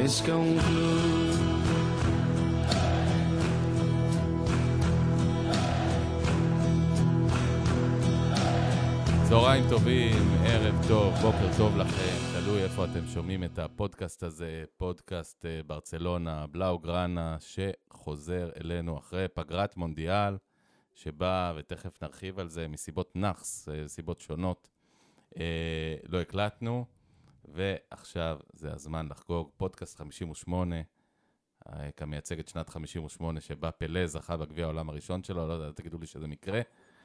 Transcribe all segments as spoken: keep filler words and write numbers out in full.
es conclude. צהריים טובים, ערב טוב, בוקר טוב לכם, תלוי איפה אתם שומעים את הפודקאסט הזה, פודקאסט ברצלונה, בלאו גרנה, שחוזר אלינו אחרי פגרת מונדיאל, שבא, ותכף נרחיב על זה, מסיבות נחס, סיבות שונות, אה, לא הקלטנו, ועכשיו זה הזמן לחגוג פודקאסט חמישים ושמונה, אה, כמייצג את שנת חמישים ושמונה, שבה פלה זכה בגביע העולם הראשון שלו, לא יודע, תגידו לי שזה מקרה,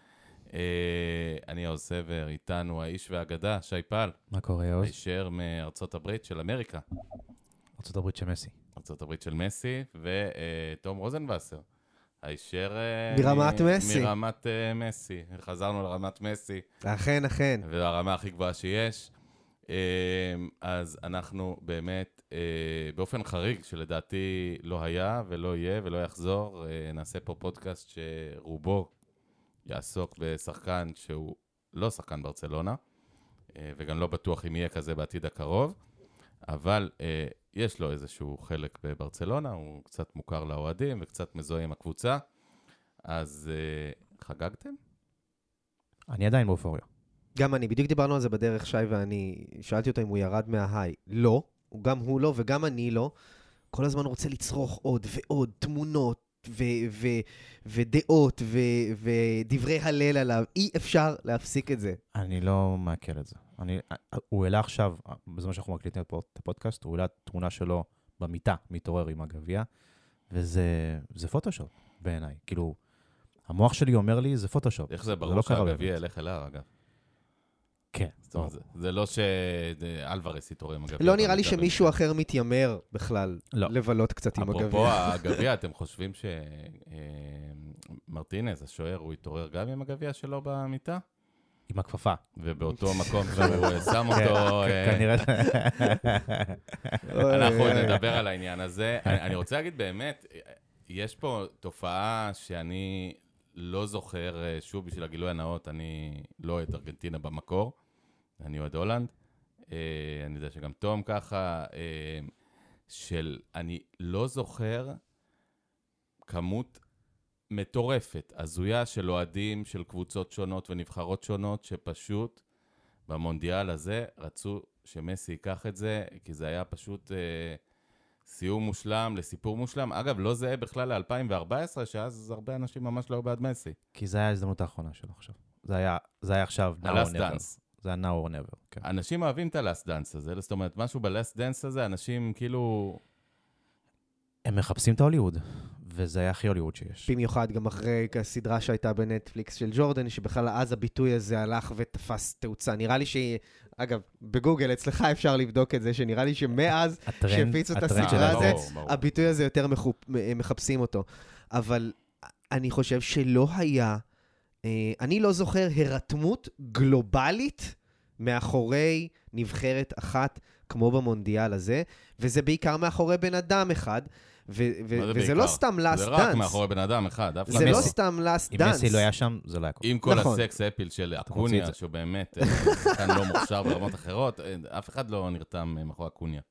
אני עוז סבר, איתנו האיש והאגדה, שי פל. מה קורה, עוז? הישר מארצות הברית של אמריקה. ארצות הברית של מסי. ארצות הברית של מסי, ותום רוזנבסר. הישר... מרמת מסי. מרמת מסי. חזרנו לרמת מסי. אכן, אכן. והרמה הכי גבוהה שיש. אז אנחנו באמת, באופן חריג, שלדעתי לא היה ולא יהיה ולא יחזור, נעשה פה פודקאסט שרובו יעסוק בשחקן שהוא לא שחקן ברצלונה, וגם לא בטוח אם יהיה כזה בעתיד הקרוב, אבל יש לו איזשהו חלק בברצלונה, הוא קצת מוכר לאוהדים וקצת מזוהה עם הקבוצה, אז חגגתם? אני עדיין באופוריה. גם אני, בדיוק דיברנו על זה בדרך, שי, ואני שאלתי אותו אם הוא ירד מההיי. לא, גם הוא לא וגם אני לא. כל הזמן רוצה לצרוך עוד ועוד תמונות, ו- ו- ודעות ו- ודברי הלל עליו, אי אפשר להפסיק את זה. אני לא מעכל את זה. אני, הוא העלה עכשיו, בזמן שאנחנו מקליטים את הפודקאסט, הוא העלה תמונה שלו במיטה, מתעורר עם הגביע, וזה זה פוטושופ בעיניי. כאילו, המוח שלי אומר לי, זה פוטושופ. איך זה ברור שהגביע ילך אליו, אגב? כן. זאת אומרת, זה לא שאלוורס יתעורר עם הגביע. לא נראה לי שמישהו אחר מתיימר בכלל לבלות קצת עם הגביע. אפרופו הגביע, אתם חושבים שמרטינז, השוער, הוא יתעורר גם עם הגביע שלו במיטה? עם הכפפה. ובאותו מקום שהוא שם אותו... כנראה. אנחנו נדבר על העניין הזה. אני רוצה להגיד באמת, יש פה תופעה שאני לא זוכר, שוב בשביל הגילוי הנאות, אני לא אוהד ארגנטינה במקור, אני אוהד הולנד, אני יודע שגם תום ככה, של אני לא זוכר כמות מטורפת, הזויה של אוהדים של קבוצות שונות ונבחרות שונות, שפשוט במונדיאל הזה רצו שמסי ייקח את זה, כי זה היה פשוט סיום מושלם לסיפור מושלם. אגב, לא זהה בכלל ל-אלפיים וארבע עשרה, שאז הרבה אנשים ממש לא היו בעד מסי. כי זה היה ההזדמנות האחרונה שלו עכשיו. זה היה, זה היה עכשיו now or never. זה היה now or never. כן. אנשים אוהבים את ה-last dance הזה, זאת אומרת, משהו ב-last dance הזה, אנשים כאילו... הם מחפשים את ההוליווד, וזה היה הכי הוליווד שיש. במיוחד גם אחרי הסדרה שהייתה בנטפליקס של ג'ורדן, שבכלל אז הביטוי הזה הלך ותפס תאוצה. נראה לי ש... אגב, בגוגל אצלך אפשר לבדוק את זה, שנראה לי שמאז שהפיצו את הסדרה הזה, הביטוי הזה יותר מחפשים אותו. אבל אני חושב שלא היה, אני לא זוכר הרתמות גלובלית מאחורי נבחרת אחת כמו במונדיאל הזה, וזה בעיקר מאחורי בן אדם אחד, וזה לא סתם last dance. זה רק מאחורי בן אדם אחד. זה לא סתם last dance. אם מסי לא היה שם, זה לא היה קורה. עם כל הסקס אפיל של אקוניה, שהוא באמת כאן לא מוכשר ברמות אחרות, אף אחד לא נרתם מאחורי אקוניה.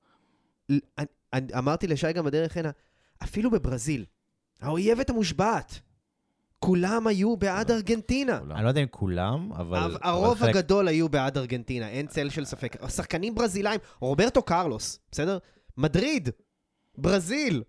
אמרתי לשי גם בדרך הנה, אפילו בברזיל, האויבת המושבעת, כולם היו בעד ארגנטינה. אני לא יודע אם כולם, אבל... הרוב הגדול היו בעד ארגנטינה, אין צל של ספק. השחקנים ברזילאים, רוברטו קרלוס, בסדר? מדריד, ברזיל.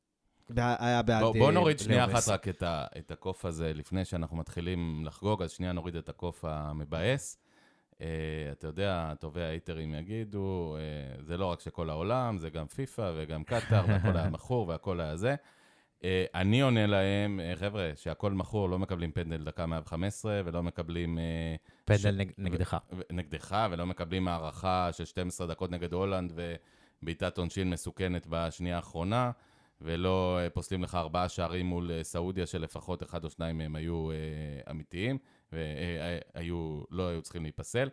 בוא נוריד שנייה אחת רק את הקוף הזה, לפני שאנחנו מתחילים לחגוג, אז שנייה נוריד את הקוף המבאס. אתה יודע, טובי האיטרים יגידו, זה לא רק שכל העולם, זה גם פיפה וגם קטר, והכל היה מכור והכל היה זה. אני עונה להם, חבר'ה, שהכל מכור, לא מקבלים פנדל דקה מאה וחמש עשרה, ולא מקבלים... פנדל נגדך. נגדך, ולא מקבלים הערכה של שתים עשרה דקות נגד הולנד, ובעיטת עונשין מסוכנת בשנייה האחרונה, ולא פוסלים לך ארבעה שערים מול סעודיה, שלפחות אחד או שניים מהם היו אמיתיים, והיו, לא היו צריכים להיפסל.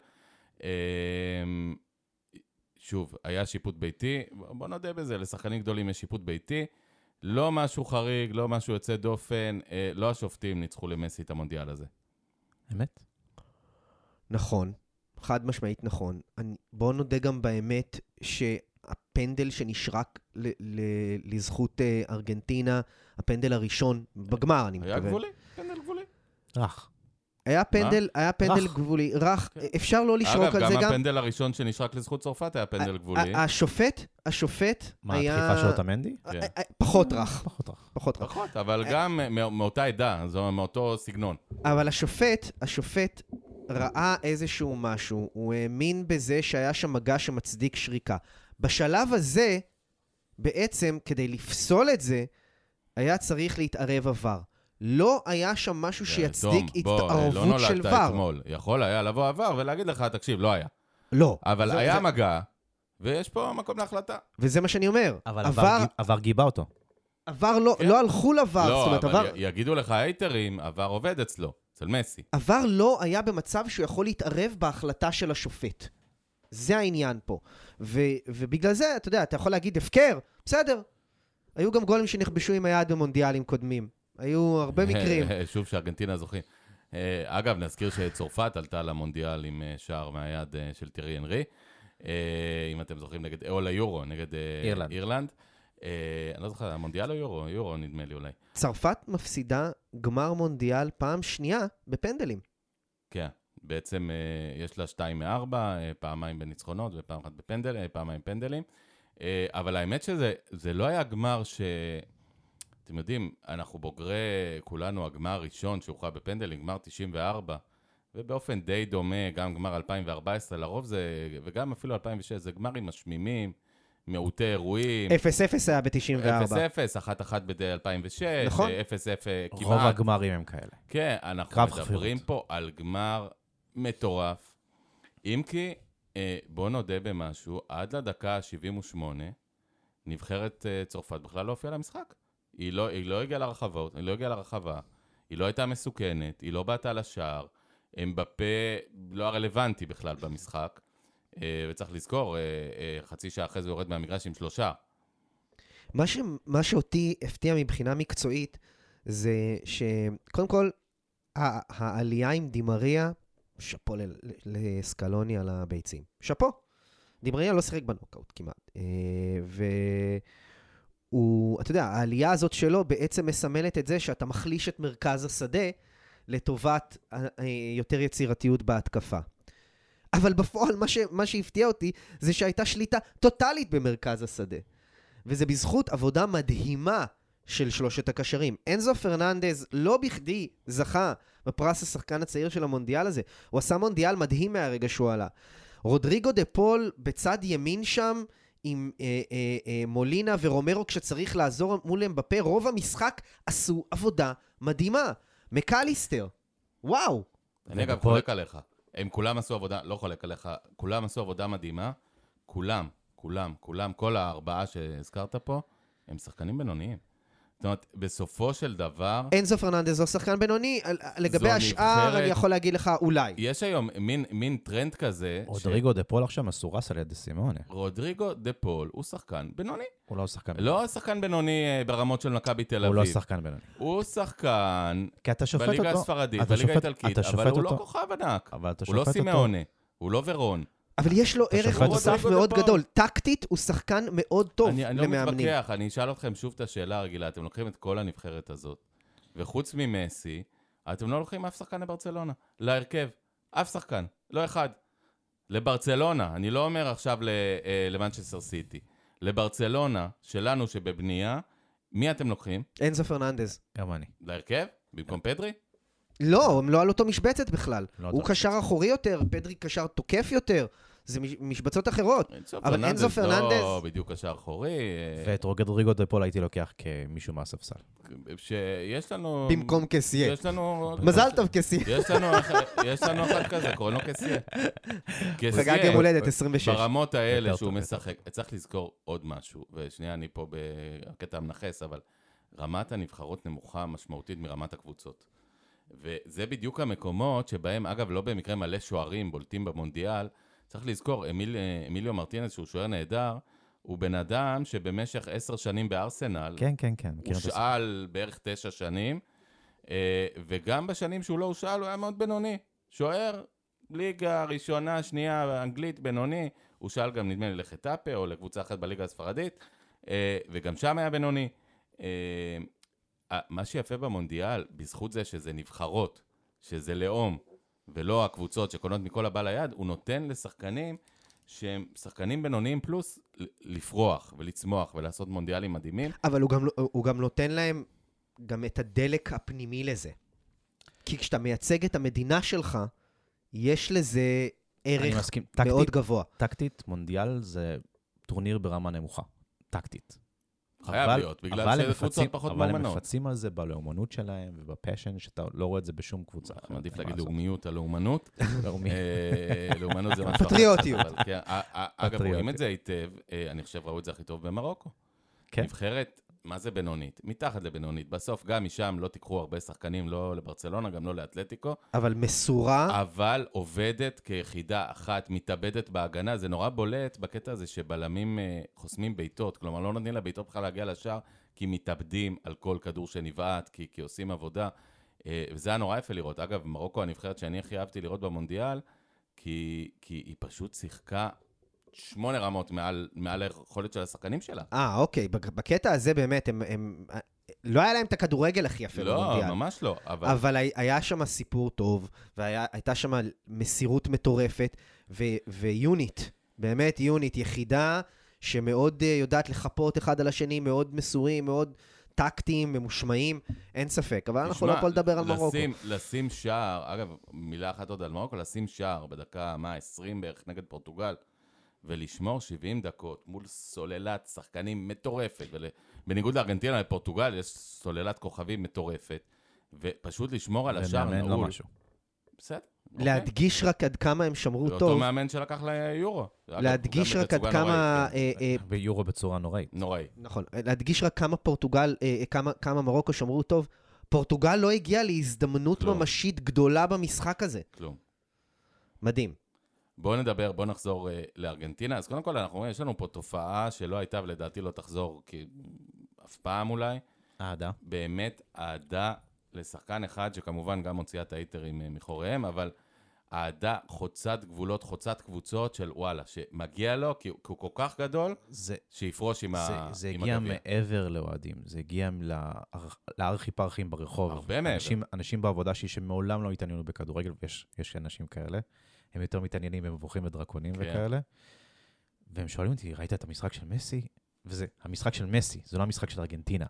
שוב, היה שיפוט ביתי, בוא נודה בזה, לשחקנים גדולים יש שיפוט ביתי, לא משהו חריג, לא משהו יוצא דופן, לא השופטים ניצחו למסי את המונדיאל הזה. אמת? נכון, חד משמעית נכון. אני, בוא נודה גם באמת הפנדל שנשרק ל- ל- לזכות uh, ארגנטינה, הפנדל הראשון, בגמר, אני מתכוון. היה גבולי, פנדל גבולי. רך. היה פנדל, היה פנדל רך. גבולי, רך, אפשר לא לשרוק על זה גם. אגב, גם הפנדל הראשון שנשרק לזכות צרפת היה פנדל גבולי. השופט, השופט מה, היה... התקיפה של אותמנדי? פחות רך. פחות רך. פחות רך. פחות, אבל גם מאותה עדה, זו מאותו סגנון. אבל השופט, השופט ראה איזשהו משהו, הוא האמין בזה שהיה שם מגע שמצדיק שריקה. בשלב הזה, בעצם, כדי לפסול את זה, היה צריך להתערב עבר. לא היה שם משהו שיצדיק התערבות של ור. יכול היה לבוא עבר ולהגיד לך, תקשיב, לא היה. לא. אבל היה מגע, ויש פה מקום להחלטה. וזה מה שאני אומר. אבל עבר גיבה אותו. עבר לא הלכו לעבר. לא, אבל יגידו לך הייטרים, עבר עובד אצלו, אצל מסי. עבר לא היה במצב שהוא יכול להתערב בהחלטה של השופט. זה העניין פה. ובגלל זה, אתה יודע, אתה יכול להגיד הפקר, בסדר. היו גם גולים שנכבשו עם היד במונדיאלים קודמים. היו הרבה מקרים. שוב שארגנטינה זוכים. אגב, נזכיר שצרפת עלתה למונדיאל עם שער מהיד של טירי אנרי. אם אתם זוכרים נגד, או ליורו, נגד אירלנד. אירלנד. אני לא זוכר, המונדיאל או יורו? יורו נדמה לי אולי. צרפת מפסידה גמר מונדיאל פעם שנייה בפנדלים. כן, בעצם יש לה שתיים מארבע, פעמיים בניצחונות ופעם אחת בפנדל, פעמיים פנדלים. אבל האמת שזה לא היה גמר ש... אתם יודעים, אנחנו בוגרי, כולנו, הגמר הראשון שהוכרע בפנדלים, גמר תשעים וארבע, ובאופן די דומה, גם גמר אלפיים וארבע עשרה, לרוב זה, וגם אפילו אלפיים ושש, זה גמרים משמימים, מעוטי אירועים. אפס אפס היה ב-תשעים וארבע. אפס אפס, אחת אחת ב-אלפיים ושש, נכון. אפס אפס כמעט. רוב הגמרים הם כאלה. כן, אנחנו מדברים פה על גמר מטורף. אם כי, בוא נודה במשהו, עד לדקה שבעים ושמונה, נבחרת צרפת בכלל לא הופיעה למשחק. היא לא, היא לא הגיעה לרחבות, היא לא הגיעה לרחבה, היא לא הייתה מסוכנת, היא לא באתה לשער, הם בפה לא הרלוונטי בכלל במשחק, וצריך לזכור, חצי שעה אחרי זה יורד מהמגרש עם שלושה. מה, ש, מה שאותי הפתיע מבחינה מקצועית, זה שקודם כל, העלייה עם דימריה, שפו לסקלוני על הביצים. שפו. דימריה לא שיחק בנוקאוט כמעט. ו... הוא, אתה יודע, העלייה הזאת שלו בעצם מסמלת את זה שאתה מחליש את מרכז השדה לטובת יותר יצירתיות בהתקפה. אבל בפועל מה, ש, מה שהפתיע אותי זה שהייתה שליטה טוטלית במרכז השדה. וזה בזכות עבודה מדהימה של שלושת הקשרים. אנזו פרננדז לא בכדי זכה בפרס השחקן הצעיר של המונדיאל הזה. הוא עשה מונדיאל מדהים מהרגע שהוא עלה. רודריגו דה פול בצד ימין שם, עם אה, אה, אה, מולינה ורומרו כשצריך לעזור מול אמבפה, רוב המשחק עשו עבודה מדהימה. מקליסטר, וואו. אני אגב חולק עליך. הם כולם עשו עבודה, לא חולק עליך, כולם עשו עבודה מדהימה. כולם, כולם, כולם, כל הארבעה שהזכרת פה, הם שחקנים בינוניים. זאת אומרת, בסופו של דבר... אנזו פרננדז הוא שחקן בינוני, לגבי השאר אני יכול להגיד לך אולי. יש היום מין, מין טרנד כזה... רודריגו דה פול עכשיו מסורס על יד סימונה. רודריגו דה פול הוא שחקן בינוני. הוא לא שחקן בינוני. לא שחקן בינוני ברמות של מכבי תל אביב. הוא לא שחקן בינוני. הוא שחקן בליגה הספרדית, בליגה האיטלקית, אבל הוא לא כוכב ענק. הוא לא סימאונה, הוא לא ורון. אבל יש לו ערך מוסף מאוד גדול. טקטית הוא שחקן מאוד טוב למאמנים. אני לא מתווכח, אני אשאל אתכם שוב את השאלה הרגילה. אתם לוקחים את כל הנבחרת הזאת, וחוץ ממסי, אתם לא לוקחים אף שחקן לברצלונה, להרכב. אף שחקן, לא אחד. לברצלונה, אני לא אומר עכשיו למנצ'סטר סיטי. לברצלונה שלנו שבבנייה, מי אתם לוקחים? אנזו פרננדז. גם אני. להרכב? במקום פדרי? לא, הם לא על אותו משבצת בכלל. הוא קשר אחורי יותר, פדרי קשר תוקף יותר. זה משבצות אחרות. אבל אנזו פרננדז... לא, בדיוק קשר אחורי. ואת רודריגו דה פול הייתי לוקח כמישהו מהספסל. שיש לנו... במקום קסיה. יש לנו... מזל טוב קסיה. יש לנו אחד כזה, קוראים לו קסיה. חגג יום הולדת עשרים ושש. ברמות האלה שהוא משחק. צריך לזכור עוד משהו, ושנייה אני פה בקטע המנחס, אבל רמת הנבחרות נמוכה משמעותית מרמת הקבוצות. וזה בדיוק המקומות שבהם, אגב, לא במקרה מלא שוערים בולטים במונדיאל, צריך לזכור, אמיל, אמיליו מרטינס, שהוא שוער נהדר, הוא בן אדם שבמשך עשר שנים בארסנל, כן, כן, כן. הוא שאל בערך תשע שנים, וגם בשנים שהוא לא שאל, הוא היה מאוד בינוני. שוער ליגה ראשונה, שנייה, אנגלית, בינוני, הוא שאל גם נדמה לי לחטאפה, או לקבוצה אחת בליגה הספרדית, וגם שם היה בינוני. מה שיפה במונדיאל, בזכות זה שזה נבחרות, שזה לאום, ולא הקבוצות שקונות מכל הבא ליד, הוא נותן לשחקנים שהם שחקנים בינוניים פלוס לפרוח ולצמוח ולעשות מונדיאלים מדהימים. אבל הוא גם, הוא גם נותן להם גם את הדלק הפנימי לזה. כי כשאתה מייצג את המדינה שלך, יש לזה ערך מסכים, מאוד טקטית, גבוה. טקטית, מונדיאל זה טורניר ברמה נמוכה. טקטית. חייב אבל, להיות, בגלל שזה קבוצות פחות מאומנות. אבל הם מפצים על זה בלאומנות שלהם ובפשן, שאתה לא רואה את זה בשום קבוצה. אני מעדיף להגיד לאומיות על לאומנות. לאומנות זה משהו... פטריוטיות. אגב, רואים את זה היטב, אני חושב ראו את זה הכי טוב במרוקו. נבחרת, מה זה בינונית? מתחת לבינונית. בסוף גם משם לא תיקחו הרבה שחקנים, לא לברצלונה, גם לא לאתלטיקו. אבל מסורה. אבל עובדת כיחידה אחת, מתאבדת בהגנה. זה נורא בולט בקטע הזה שבלמים חוסמים ביתות. כלומר, לא נותנים לביתות בכלל להגיע לשער, כי מתאבדים על כל כדור שנבעט, כי, כי עושים עבודה. וזה היה נורא יפה לראות. אגב, מרוקו הנבחרת שאני הכי אהבתי לראות במונדיאל, כי, כי היא פשוט שיחקה שמונה רמות מעל, מעל היכולת של השחקנים שלה. אה, אוקיי. בקטע הזה באמת, הם, הם, לא היה להם את הכדורגל הכי יפה לא, במונדיאל. לא, ממש לא. אבל, אבל היה שם סיפור טוב, והייתה שם מסירות מטורפת, ו, ויונית, באמת יונית, יחידה שמאוד יודעת לחפות אחד על השני, מאוד מסורים, מאוד טקטיים, ממושמעים, אין ספק. אבל אנחנו לא פה לדבר על מרוקו. לשים, לשים שער, אגב, מילה אחת עוד על מרוקו, לשים שער בדקה, מה, עשרים בערך נגד פורטוגל, ולשמור שבעים דקות מול סוללת שחקנים מטורפת, ובניגוד לארגנטינה לפורטוגל יש סוללת כוכבים מטורפת, ופשוט לשמור על השער נעול. לא משהו. בסדר. להדגיש רק עד כמה הם שמרו טוב. זה אותו מאמן שלקח ליורו. להדגיש רק עד כמה... ביורו בצורה נוראית. נוראי. נכון. להדגיש רק כמה פורטוגל, כמה מרוקו שמרו טוב. פורטוגל לא הגיעה להזדמנות ממשית גדולה במשחק הזה. כלום. מדהים. בואו נדבר, בואו נחזור uh, לארגנטינה. אז קודם כל, אנחנו רואים, יש לנו פה תופעה שלא הייתה, ולדעתי לא תחזור, כי אף פעם אולי. אהדה. באמת, אהדה לשחקן אחד, שכמובן גם הוציאה את היתרים uh, מחוריהם, אבל אהדה חוצת גבולות, חוצת קבוצות של וואלה, שמגיע לו, כי, כי הוא כל כך גדול, זה, שיפרוש עם הגביע. זה הגיע מעבר לאוהדים, זה הגיע לארכי פרחים ברחוב. הרבה מעבר. אנשים, אנשים בעבודה שהיא שמעולם לא התעניינו בכדורגל, ויש יש אנשים כאלה. הם יותר מתעניינים במבוכים ודרקונים כן. וכאלה. והם שואלים אותי, ראית את המשחק של מסי? וזה המשחק של מסי, זה לא המשחק של ארגנטינה.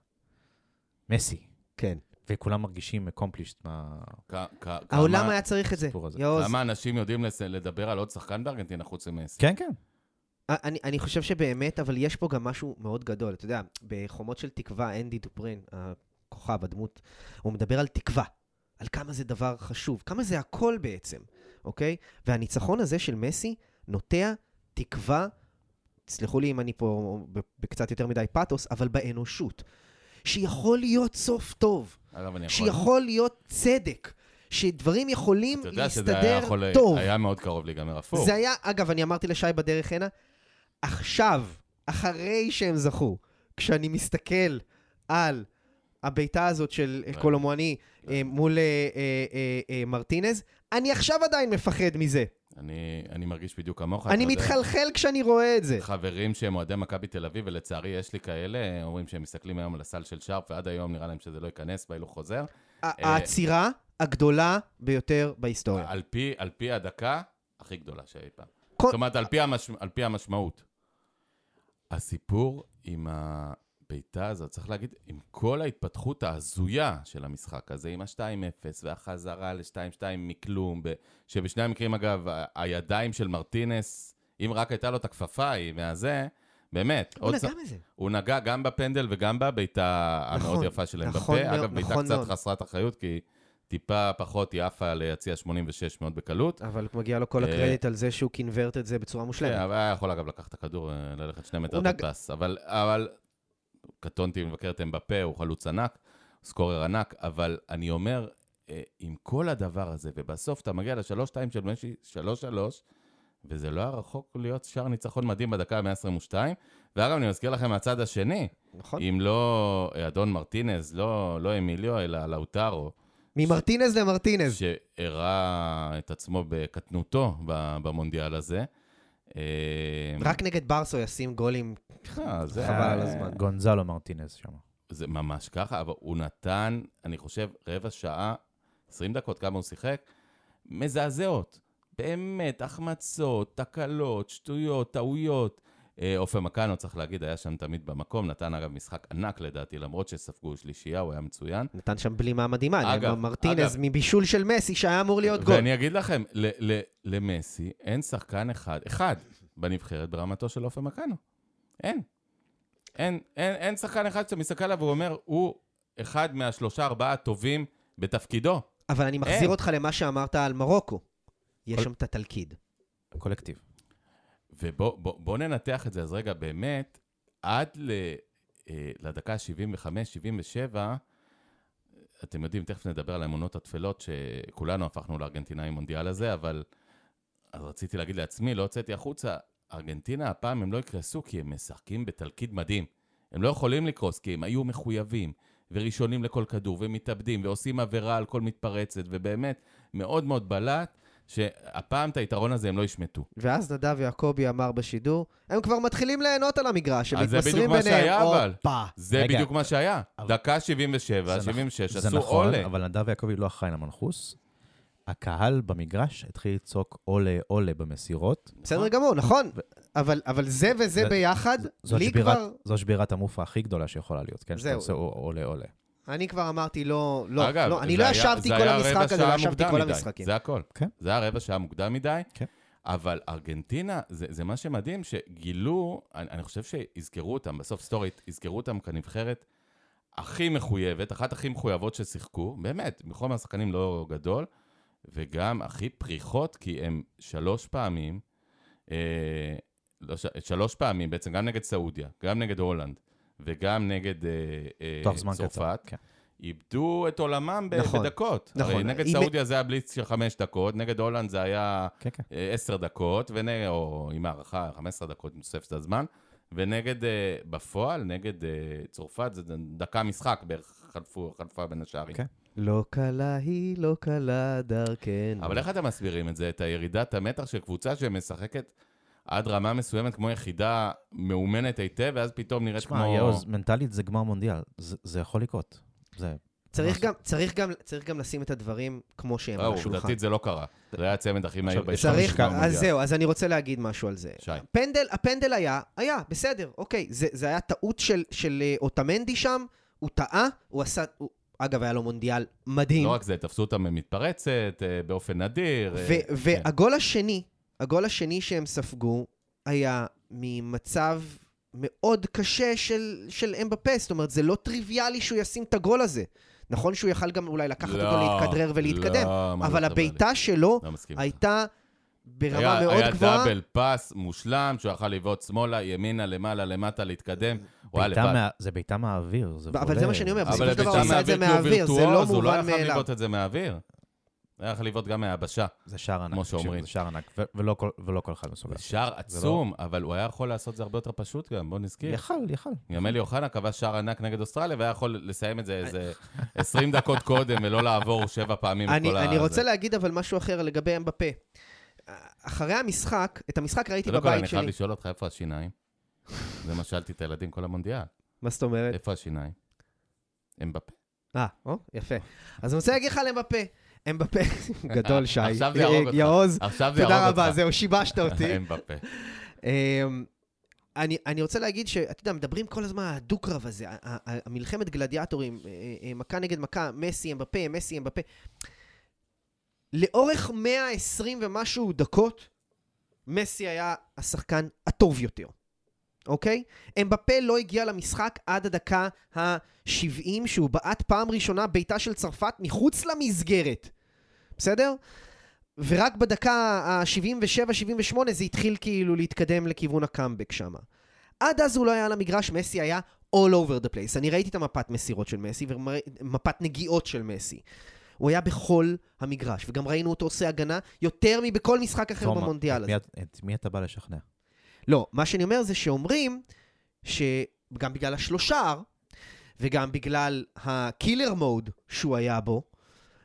מסי. כן. וכולם מרגישים accomplished מה... העולם היה צריך את זה. כמה אנשים יודעים לדבר על עוד שחקן בארגנטינה חוץ ממסי? כן, כן. אני, אני חושב שבאמת, אבל יש פה גם משהו מאוד גדול. אתה יודע, בחומות של תקווה, אנדי דופרין, הכוכב, הדמות, הוא מדבר על תקווה. על כמה זה דבר חשוב. כמה זה הכל בעצם. אוקיי? והניצחון הזה של מסי נוטע תקווה, תסלחו לי אם אני פה בקצת יותר מדי פאטוס, אבל באנושות. שיכול להיות סוף טוב. שיכול להיות צדק. שדברים יכולים להסתדר טוב. היה מאוד קרוב להיגמר הפוך. זה היה, אגב, אני אמרתי לשי בדרך הנה, עכשיו, אחרי שהם זכו, כשאני מסתכל על הביתה הזאת של קולומואני מול מרטינז, אני עכשיו עדיין מפחד מזה. אני, אני מרגיש בדיוק כמוך. אני מתחלחל כשאני רואה את זה. חברים שהם אוהדי מכבי תל אביב, ולצערי יש לי כאלה, אומרים שהם מסתכלים היום על הסל של שרפ, ועד היום נראה להם שזה לא ייכנס, בהילוך חוזר. העצירה הגדולה ביותר בהיסטוריה. על פי, על פי הדקה הכי גדולה שהיא פעם. זאת אומרת, על פי, המש... על פי המשמעות. הסיפור עם הביתה הזאת, צריך להגיד, עם כל ההתפתחות ההזויה של המשחק הזה, עם ה-שתיים אפס והחזרה ל-שתיים שתיים מכלום, שבשני המקרים, אגב, הידיים של מרטינס, אם רק הייתה לו את הכפפה, היא מהזה, באמת. הוא נגע מזה. הוא נגע גם בפנדל וגם בביתה המאוד יפה שלהם בפה. אגב, ביתה קצת חסרת אחריות, כי טיפה פחות היא עפה ליציע שמונים ושש מאוד בקלות. אבל מגיע לו כל הקרדיט על זה שהוא קינברט את זה בצורה מושלמת. כן, אבל היה יכול אגב לקחת את הכדור, ללכת שני מטר בפס. אבל, אבל, קטונתי מבקרתם בפה, הוא חלוץ ענק, סקורר ענק, אבל אני אומר, עם כל הדבר הזה, ובסוף אתה מגיע לשלוש שתיים של משי, שלוש שלוש, וזה לא היה רחוק להיות שער ניצחון מדהים בדקה ה-מאה עשרים ושתיים, ואגב, אני מזכיר לכם מהצד השני, נכון. אם לא אדון מרטינז, לא, לא אמיליו, אלא לאוטרו, ממרטינז למרטינז. שהראה את עצמו בקטנותו במונדיאל הזה. רק נגד ברסו ישים גולים חבל על הזמן. גונזלו מרטינז שם. זה ממש ככה, אבל הוא נתן, אני חושב, רבע שעה, עשרים דקות, כמה הוא שיחק, מזעזעות. באמת, החמצות, תקלות, שטויות, טעויות. אופן מקאנו, צריך להגיד, היה שם תמיד במקום, נתן אגב משחק ענק לדעתי, למרות שספגו שלישייה, הוא היה מצוין. נתן שם בלימה מדהימה, אגב, מרטינז אגב, מבישול של מסי, שהיה אמור להיות גול. ואני אגיד לכם, ל- ל- למסי אין שחקן אחד, אחד בנבחרת ברמתו של אופן מקאנו. אין. אין, אין, אין שחקן אחד שאתה מסתכל עליו, והוא אומר, הוא אחד מהשלושה ארבעה הטובים בתפקידו. אבל אני מחזיר אין. אותך למה שאמרת על מרוקו. יש כל... שם את התלכיד. קולקטיב. ובוא בוא, בוא ננתח את זה, אז רגע, באמת, עד ל, אה, לדקה שבעים וחמש שבעים ושבע, אתם יודעים, תכף נדבר על האמונות התפלות, שכולנו הפכנו לארגנטינאי מונדיאל הזה, אבל אז רציתי להגיד לעצמי, לא הוצאתי החוצה, ארגנטינה הפעם הם לא יקרסו, כי הם משחקים בתלכיד מדהים. הם לא יכולים לקרוס, כי הם היו מחויבים, וראשונים לכל כדור, ומתאבדים, ועושים עבירה על כל מתפרצת, ובאמת, מאוד מאוד בלט, שהפעם את היתרון הזה הם לא ישמטו. ואז נדב יעקובי אמר בשידור, הם כבר מתחילים ליהנות על המגרש, הם מתמסרים ביניהם. זה בדיוק מה שהיה, אבל. זה בדיוק מה שהיה. דקה שבעים ושבע, שבעים ושש, עשו עולה. אבל נדב יעקובי לא אחראי למנחוס. הקהל במגרש התחיל לצעוק עולה עולה במסירות. בסדר גמור, נכון. אבל זה וזה ביחד, לי כבר... זו שבירת המופע הכי גדולה שיכולה להיות, כן? שאתה עושה עולה עולה. אני כבר אמרתי, לא, לא, אגב, לא, אני לא ישבתי כל המשחק הזה, לא ישבתי כל המשחקים. זה הכל. כן. זה היה רבע שעה מוקדם מדי, כן. אבל ארגנטינה, זה, זה מה שמדהים, שגילו, אני, אני חושב שהזכרו אותם, בסוף סטורית, הזכרו אותם כנבחרת הכי מחויבת, אחת הכי מחויבות ששיחקו, באמת, מכל מהשחקנים לא גדול, וגם הכי פריחות, כי הם שלוש פעמים, אה, לא, שלוש פעמים, בעצם גם נגד סעודיה, גם נגד הולנד, וגם נגד אה, אה, צרפת, כן. איבדו את עולמם נכון, בדקות. נכון. הרי נגד סעודיה זה היה בליץ של חמש דקות, נגד הולנד זה היה כן, כן. עשר דקות, ונגד, או עם הערכה, חמש עשרה דקות נוסף את הזמן, ונגד, אה, בפועל, נגד אה, צרפת, זה דקה משחק, בערך חלפו, חלפה בין השערים. כן. לא קלה היא, לא קלה דרכנו. אבל איך אתם מסבירים את זה? את הירידת המתח של קבוצה שמשחקת עד רמה מסוימת כמו יחידה מאומנת היטב, ואז פתאום נראית כמו... שמע, יאוז, מנטלית זה גמר מונדיאל. זה, זה יכול לקרות. זה... צריך גם, צריך גם, צריך גם לשים את הדברים כמו שהם על השולחן. עובדתית זה לא קרה. זה היה הצמד הכי מהיר בהיסטוריה של המונדיאל. אז זהו, אז אני רוצה להגיד משהו על זה. הפנדל, הפנדל היה, היה, בסדר, אוקיי. זה, זה היה טעות של, של אוטמנדי שם, הוא טעה, הוא עשה... הוא... אגב, היה לו מונדיאל מדהים. לא רק זה, תפסו אותם מתפרצת, באופן נדיר. והגול השני, הגול השני שהם ספגו, היה ממצב מאוד קשה של, של אמבפה. זאת אומרת, זה לא טריוויאלי שהוא ישים את הגול הזה. נכון שהוא יכל גם אולי לקחת אותו להתכדרר ולהתקדם, אבל הביתה שלו הייתה ברמה מאוד גבוהה. היה דאבל פס מושלם, שהוא יכל לבעוט שמאלה, ימינה, למעלה, למטה, להתקדם. זה ביתה מהאוויר. אבל זה מה שאני אומר, בסופו של דבר הוא עושה את זה מהאוויר, זה לא מובן מאליו. הוא לא יכול לבעוט את זה מהאוויר. היה יכול לבעוט גם מהיבשה. זה שער ענק. כמו שאומרים. זה שער ענק, ולא כל אחד מסוגל. זה שער עצום, אבל הוא היה יכול לעשות זה הרבה יותר פשוט גם, בוא נזכיר. יכל, יכל. גם אלי אוחנה קבע שער ענק נגד אוסטרליה, והיה יכול לסיים את זה איזה עשרים דקות קודם, ולא לעבור שבע פעמים את כל ה... אני רוצה להגיד אבל משהו אחר לגבי אמבפה. אחרי המשחק, את המשחק ראיתי בבית שלי. אני חייב לשאול אותך איפה השיניים. זה מה שאלתי את הילדים כל המונדיאל. מה זאת אומרת? איפה השיניים? אמבפה. אה, או, יפה. אז אני רוצה להגיד לך על אמבפה. אמבפה, גדול שי. עכשיו זה יהרוג אותך. יעוז, תודה רבה, זהו, שיבשת אותי. אמבפה. אני רוצה להגיד שאתה יודע, מדברים כל הזמן על הדו-קרב הזה, המלחמת גלדיאטורים, מכה נגד מכה, מסי, אמבפה, מסי, אמבפה. לאורך מאה ועשרים ומשהו דקות, מסי היה השחקן הטוב יותר. אוקיי? אמבפה לא הגיע למשחק עד הדקה ה-שבעים, שהוא בעט פעם ראשונה ביתה של צרפת מחוץ למסגרת. בסדר? ורק בדקה ה-שבעים ושבע שבעים ושמונה זה התחיל כאילו להתקדם לכיוון הקאמבק שם. עד אז הוא לא היה למגרש, מסי היה all over the place. אני ראיתי את המפת מסירות של מסי ומפת נגיעות של מסי. הוא היה בכל המגרש, וגם ראינו אותו עושה הגנה יותר מבכל משחק אחר במונדיאל הזה. את מי אתה בא לשכנע? לא, מה שאני אומר זה שאומרים שגם בגלל השלושה, וגם בגלל הקילר מוד שהוא היה בו,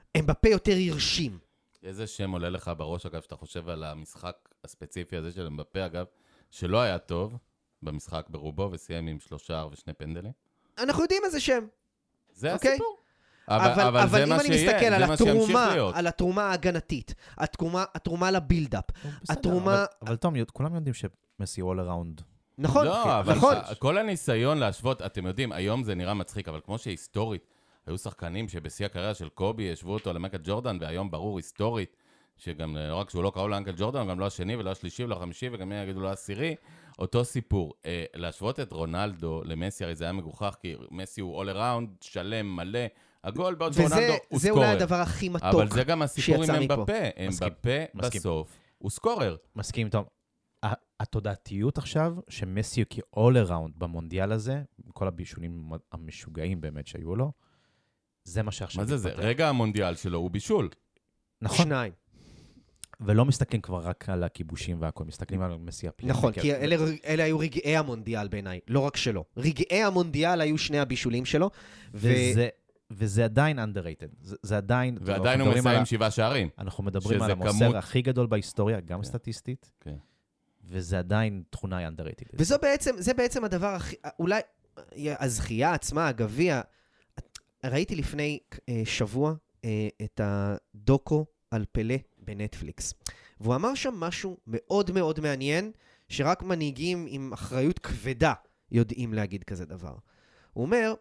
אמבפה יותר ירשים. איזה שם עולה לך בראש, אגב, שאתה חושב על המשחק הספציפי הזה של אמבפה, אגב, שלא היה טוב במשחק ברובו, וסיים עם שלושה ושני פנדלים? אנחנו יודעים איזה שם. זה אוקיי? הסיפור. אבל, אבל, אבל זה אם מה אני שיהיה, מסתכל על זה מה שימשיך התרומה, להיות. על התרומה ההגנתית, התרומה, התרומה לבילדאפ, בסדר, התרומה... אבל, אבל תום, כולם יודעים שמסי all around. נכון, לא, אבל נכון. כל הניסיון להשוות, אתם יודעים, היום זה נראה מצחיק, אבל כמו שהיסטורית, היו שחקנים שבשיא הקריירה של קובי, ישבו אותו למייקל ג'ורדן, והיום ברור היסטורית, שגם לא רק שהוא לא קראו לאנקל ג'ורדן, גם לא השני ולא השלישי ולא החמישי, וגם מי יגידו לו העשירי, אותו סיפור. אה, להשוות את רונלדו למסי, הרי זה היה מגוחך, כי מסי הוא all around, שלם, מלא, הגול בעוד שרונלדו הוא סקורר. וזה אולי הדבר הכי מתוק שיצא מפה. אבל זה גם הסיפור עם אמבפה. אמבפה בסוף הוא סקורר. מסכים, תום. התודעתיות עכשיו, שמסי כ-all around במונדיאל הזה, כל הבישולים המשוגעים באמת שהיו לו, זה מה שעכשיו... מה זה זה? רגע המונדיאל שלו הוא בישול. נכון. שניים. ולא מסתכלים כבר רק על הכיבושים והכל, מסתכלים על מסי הפליימקר. נכון, כי אלה, אלה היו רגעי המונדיאל בעיניי, לא רק שלו. רגעי המונדיאל היו שני הבישולים שלו. וזה, ו... וזה עדיין underrated. זה, זה עדיין... ועדיין הוא מסיים שבעה שערים. אנחנו מדברים על המוסר כמות... הכי גדול בהיסטוריה, גם okay. סטטיסטית. Okay. וזה עדיין תכונה underrated. וזה בעצם, זה בעצם הדבר הכי... אולי הזכייה עצמה, הגביע... ראיתי לפני שבוע את הדוקו על פלה בנטפליקס. והוא אמר שם משהו מאוד מאוד מעניין, שרק מנהיגים עם אחריות כבדה יודעים להגיד כזה דבר. הוא אומר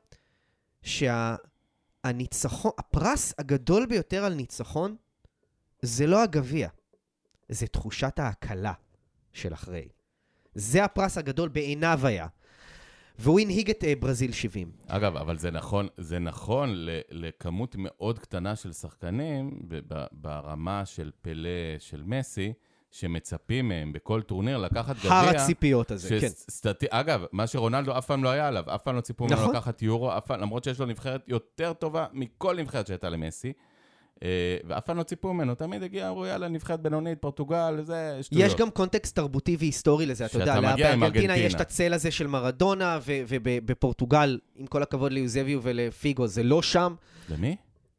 שהניצחון, הפרס הגדול ביותר על ניצחון, זה לא הגביע, זה תחושת ההקלה של אחרי. זה הפרס הגדול בעיניו היה. והוא הנהיג את uh, ברזיל שבעים. אגב, אבל זה נכון, זה נכון לכמות מאוד קטנה של שחקנים, ברמה של פלה, של מסי, שמצפים מהם בכל טורניר לקחת גביע. הר הציפיות הזה, כן. סטטי... אגב, מה שרונלדו אף פעם לא היה עליו, אף פעם לא ציפו ממנו לקחת יורו, פעם, למרות שיש לו נבחרת יותר טובה מכל נבחרת שהייתה למסי, ואף פעם לא ציפו ממנו, תמיד הגיע, אמרו, יאללה, נבחרת בינונית, פורטוגל, זה שטויות. יש גם קונטקסט תרבותי והיסטורי לזה, אתה יודע, בארגנטינה יש את הצל הזה של מרדונה, ובפורטוגל, עם כל הכבוד ליוזביו ולפיגו, זה לא שם. למי?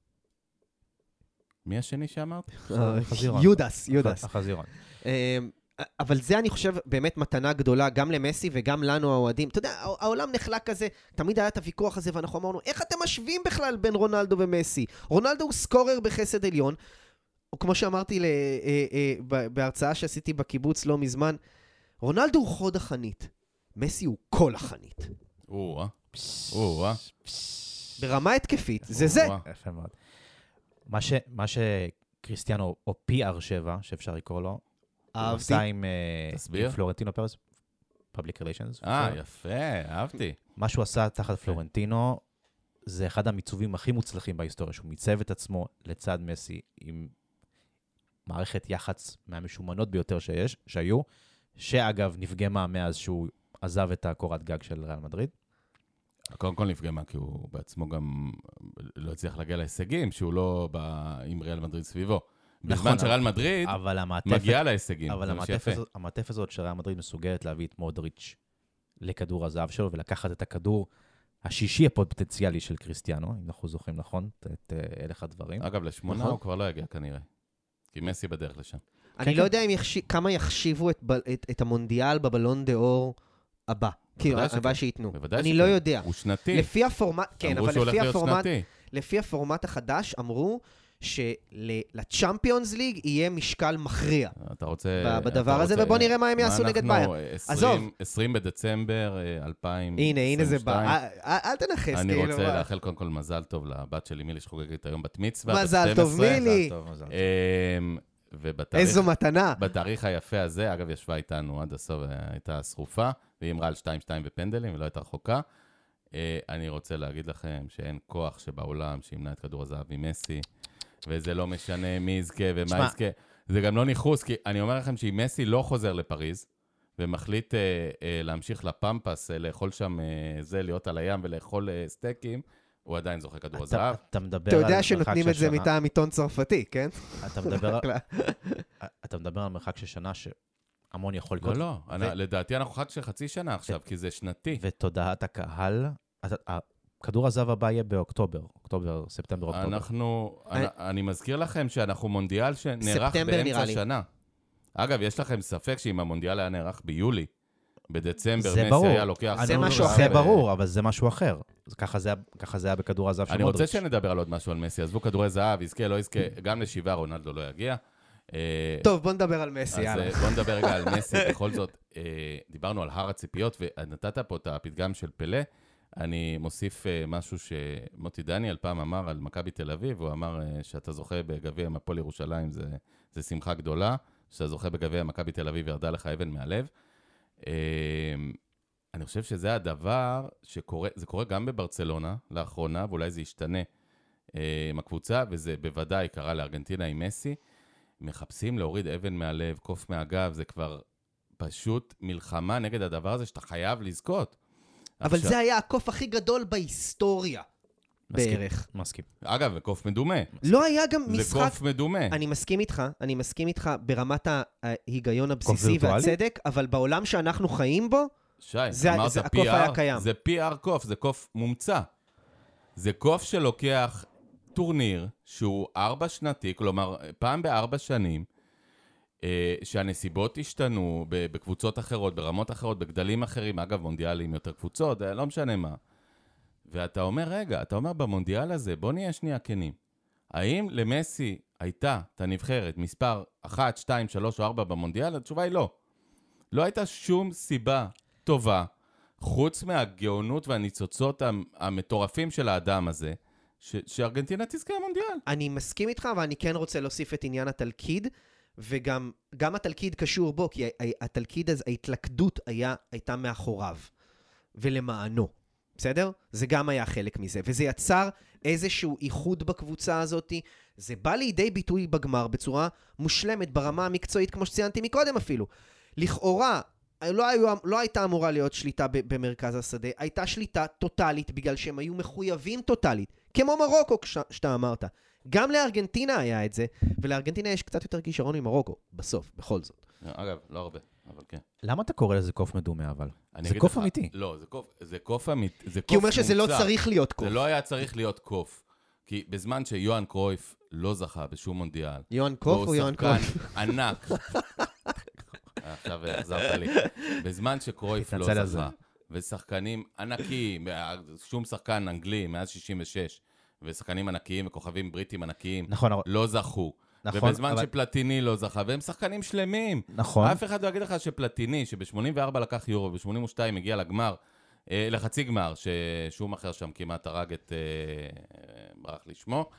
מי השני שאמרת? יודס, יודס. החזירון. אבל זה אני חושב באמת מתנה גדולה, גם למסי וגם לנו האוהדים. אתה יודע, העולם נחלק כזה, תמיד היה את הוויכוח הזה, ואנחנו אמרנו, איך אתם משווים בכלל בין רונלדו ומסי? רונלדו הוא סקורר בחסד עליון, או כמו שאמרתי בהרצאה שעשיתי בקיבוץ לא מזמן, רונלדו הוא חוד החנית, מסי הוא כל החנית. או-אה, או-אה. ברמה התקפית, זה זה. יפה מאוד. מה שקריסטיאנו, או פי אר שבע, שאפשר לקרוא לו, הוא עשה עם פלורנטינו פרס, Public Relations. אה, יפה, אהבתי. מה שהוא עשה תחת פלורנטינו, זה אחד המיצובים הכי מוצלחים בהיסטוריה, שהוא מיצב את עצמו לצד מסי, עם מערכת יח"צ מהמשומנות ביותר שיש, שהיו, שאגב נפגמה מאז שהוא עזב את הקורת גג של ריאל מדריד. קודם כל נפגמה, כי הוא בעצמו גם לא הצליח להגיע להישגים, שהוא לא עם ריאל מדריד סביבו. בזמן שריאל מדריד מגיעה להישגים. אבל המעטפת הזאת שריאל מדריד מסוגלת להביא את מודריץ' לכדור הזהב שלו, ולקחת את הכדור השישי הפוטנציאלי של קריסטיאנו, אם אנחנו זוכרים נכון, את הלך הדברים. אגב, לשמונה הוא כבר לא יגיע כנראה, כי מסי בדרך לשם. אני לא יודע כמה יחשיבו את המונדיאל בבלון דה אור הבא. כאילו, הבא שיתנו. אני לא יודע. הוא שנתי. לפי הפורמט, כן, אבל לפי הפורמט החדש אמרו שלצ'אמפיונס ליג יהיה משקל מכריע. אתה רוצה... בדבר הזה, ובוא נראה מה הם יעשו נגד בייר. עזוב. עשרים בדצמבר אלפיים עשרים ושתיים. הנה, הנה זה בא. אל תנחס, כאילו. אני רוצה לאחל קודם כל מזל טוב לבת שלי מילי שחוגגת היום בת מצווה. מזל טוב מילי. איזו מתנה. בתאריך היפה הזה, אגב, ישבה איתנו עד הסוף, הייתה שרופה, והיא אמרה על שתיים שתיים בפנדלים, ולא הייתה רחוקה. אני רוצה להגיד לכם שאין כוח שבעולם שימנע את כדור הזהב ממסי, וזה לא משנה מי יזכה ומה יזכה. זה גם לא ניחוס, כי אני אומר לכם שאם מסי לא חוזר לפריז, ומחליט להמשיך לפמפס, לאכול שם זה, להיות על הים ולאכול סטייקים, הוא עדיין זוכה כדור הזהב. אתה יודע שנותנים את זה מטעם עיתון צרפתי, כן? אתה מדבר על מרחק של שנה שהמון יכול לקרות. לא, לא. לדעתי אנחנו חג של חצי שנה עכשיו, כי זה שנתי. ותודעת הקהל, כדור הזהב הבא יהיה באוקטובר, אוקטובר, ספטמבר, אוקטובר. אנחנו, אני, אני מזכיר לכם שאנחנו מונדיאל שנערך באמצע השנה. אגב, יש לכם ספק שאם המונדיאל היה נערך ביולי, בדצמבר, מסי היה לוקח... זה משהו אחר. זה ברור, אבל זה משהו אחר. ככה זה היה בכדור הזהב של מודריץ'. אני רוצה מודריץ'. שנדבר על עוד משהו על מסי. עזבו כדורי זהב, יזכה, לא יזכה, גם לשבעה רונלדו לא יגיע. טוב, בוא נדבר על מסי, יאללה. אז בוא נדבר רגע על מסי. בכל זאת, דיברנו על הר הציפיות, ונתת פה את הפתגם של פלא. אני מוסיף משהו שמוטי דניאל פעם אמר על מכבי תל אביב, הוא אמר שאתה זוכה בגביע הפועל ירושלים, זה, זה שמחה גדולה, שאתה זוכה בגביע מכבי תל אביב, ירדה לך אבן מהלב. אני חושב שזה הדבר שקורה, זה קורה גם בברצלונה לאחרונה, ואולי זה ישתנה עם הקבוצה, וזה בוודאי קרה לארגנטינה עם מסי, מחפשים להוריד אבן מהלב, קוף מהגב, זה כבר פשוט מלחמה נגד הדבר הזה שאתה חייב לזכות. אבל עכשיו... זה היה הקוף הכי גדול בהיסטוריה, מסכים, בערך. מסכים. אגב, קוף מדומה. לא היה גם זה משחק... זה קוף מדומה. אני מסכים איתך, אני מסכים איתך ברמת ההיגיון הבסיסי והצדק, אבל בעולם שאנחנו חיים בו, שי, זה, אמרת זה, הקוף היה קיים. זה פי אר קוף, זה קוף מומצא. זה קוף שלוקח טורניר שהוא ארבע שנתי, כלומר, פעם בארבע שנים, שהנסיבות השתנו בקבוצות אחרות, ברמות אחרות, בגדלים אחרים, אגב, מונדיאלים יותר קבוצות, לא משנה מה. ואתה אומר, רגע, אתה אומר במונדיאל הזה, בוא נהיה שנייה כנים. האם למסי הייתה את הנבחרת מספר אחת, שתיים, שלוש או ארבע במונדיאל? התשובה היא לא. לא הייתה שום סיבה טובה, חוץ מהגאונות והניצוצות המטורפים של האדם הזה, ש- שארגנטינה תזכה המונדיאל. אני מסכים איתך, אבל אני כן רוצה להוסיף את עניין התלכיד, וגם גם התלכיד קשור בו, כי התלכיד הזה, ההתלכדות היה, הייתה מאחוריו, ולמענו. בסדר? זה גם היה חלק מזה, וזה יצר איזשהו איחוד בקבוצה הזאת, זה בא לידי ביטוי בגמר בצורה מושלמת, ברמה המקצועית, כמו שציינתי מקודם אפילו. לכאורה, לא, היו, לא הייתה אמורה להיות שליטה במרכז השדה, הייתה שליטה טוטלית, בגלל שהם היו מחויבים טוטלית, כמו מרוקו, שאתה אמרת. גם לארגנטינה היה את זה, ולארגנטינה יש קצת יותר כישרון ממרוקו, בסוף, בכל זאת. אגב, לא הרבה, אבל כן. למה אתה קורא לזה קוף מדומה, אבל? זה קוף לך, אמיתי. לא, זה קוף, זה קוף אמיתי. זה כי הוא אומר שזה לא צריך להיות קוף. זה לא היה צריך להיות קוף. כי בזמן שיוהאן קרויף לא זכה בשום מונדיאל. יוהאן קוף או יוהאן קרויף? ענק. עכשיו החזרת לי. בזמן שקרויף לא זכה, ושחקנים ענקיים, שום שחקן אנגלי מאז שישים ושש, ושחקנים ענקיים וכוכבים בריטים ענקיים, נכון, לא זכו. נכון, ובזמן אבל... שפלטיני לא זכה, והם שחקנים שלמים. נכון. אף אחד לא יגיד לך שפלטיני, שב-שמונים וארבע לקח יורו, ב-שמונים ושתיים הגיע לגמר, אה, לחצי גמר, ששום אחר שם כמעט הרג את, אה, ברח לשמו,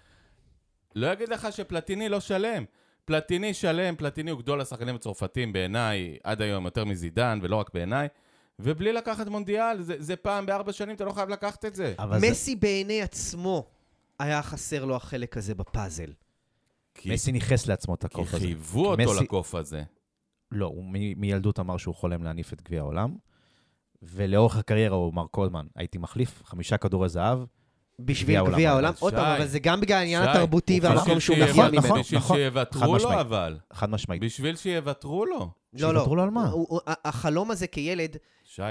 לא יגיד לך שפלטיני לא שלם. פלטיני שלם, פלטיני הוא גדול השחקנים הצרפתים בעיניי, עד היום יותר מזידן, ולא רק בעיניי, ובלי לקחת מונדיאל, זה, זה פעם בארבע שנים, אתה לא חייב לקחת את זה. מסי זה... בעיני עצמו היה חסר לו החלק הזה בפאזל. כי... מסי ניחס לעצמו את הקוף הזה. כי חייבו אותו מסי... לקוף הזה. לא, הוא מ- מילדות אמר שהוא חולם להניף את גביע העולם, ולאורך הקריירה הוא אמר כל הזמן, הייתי מחליף חמישה כדורי זהב, בשביל גביע העולם. עוד פעם, אבל זה גם בגלל העניין התרבותי והמקום שהוא מגיע ממנו. בשביל שיוותרו לו אבל. חד משמעית. בשביל שיוותרו לו. לא, לא. שיוותרו לו על מה? החלום הזה כילד שי.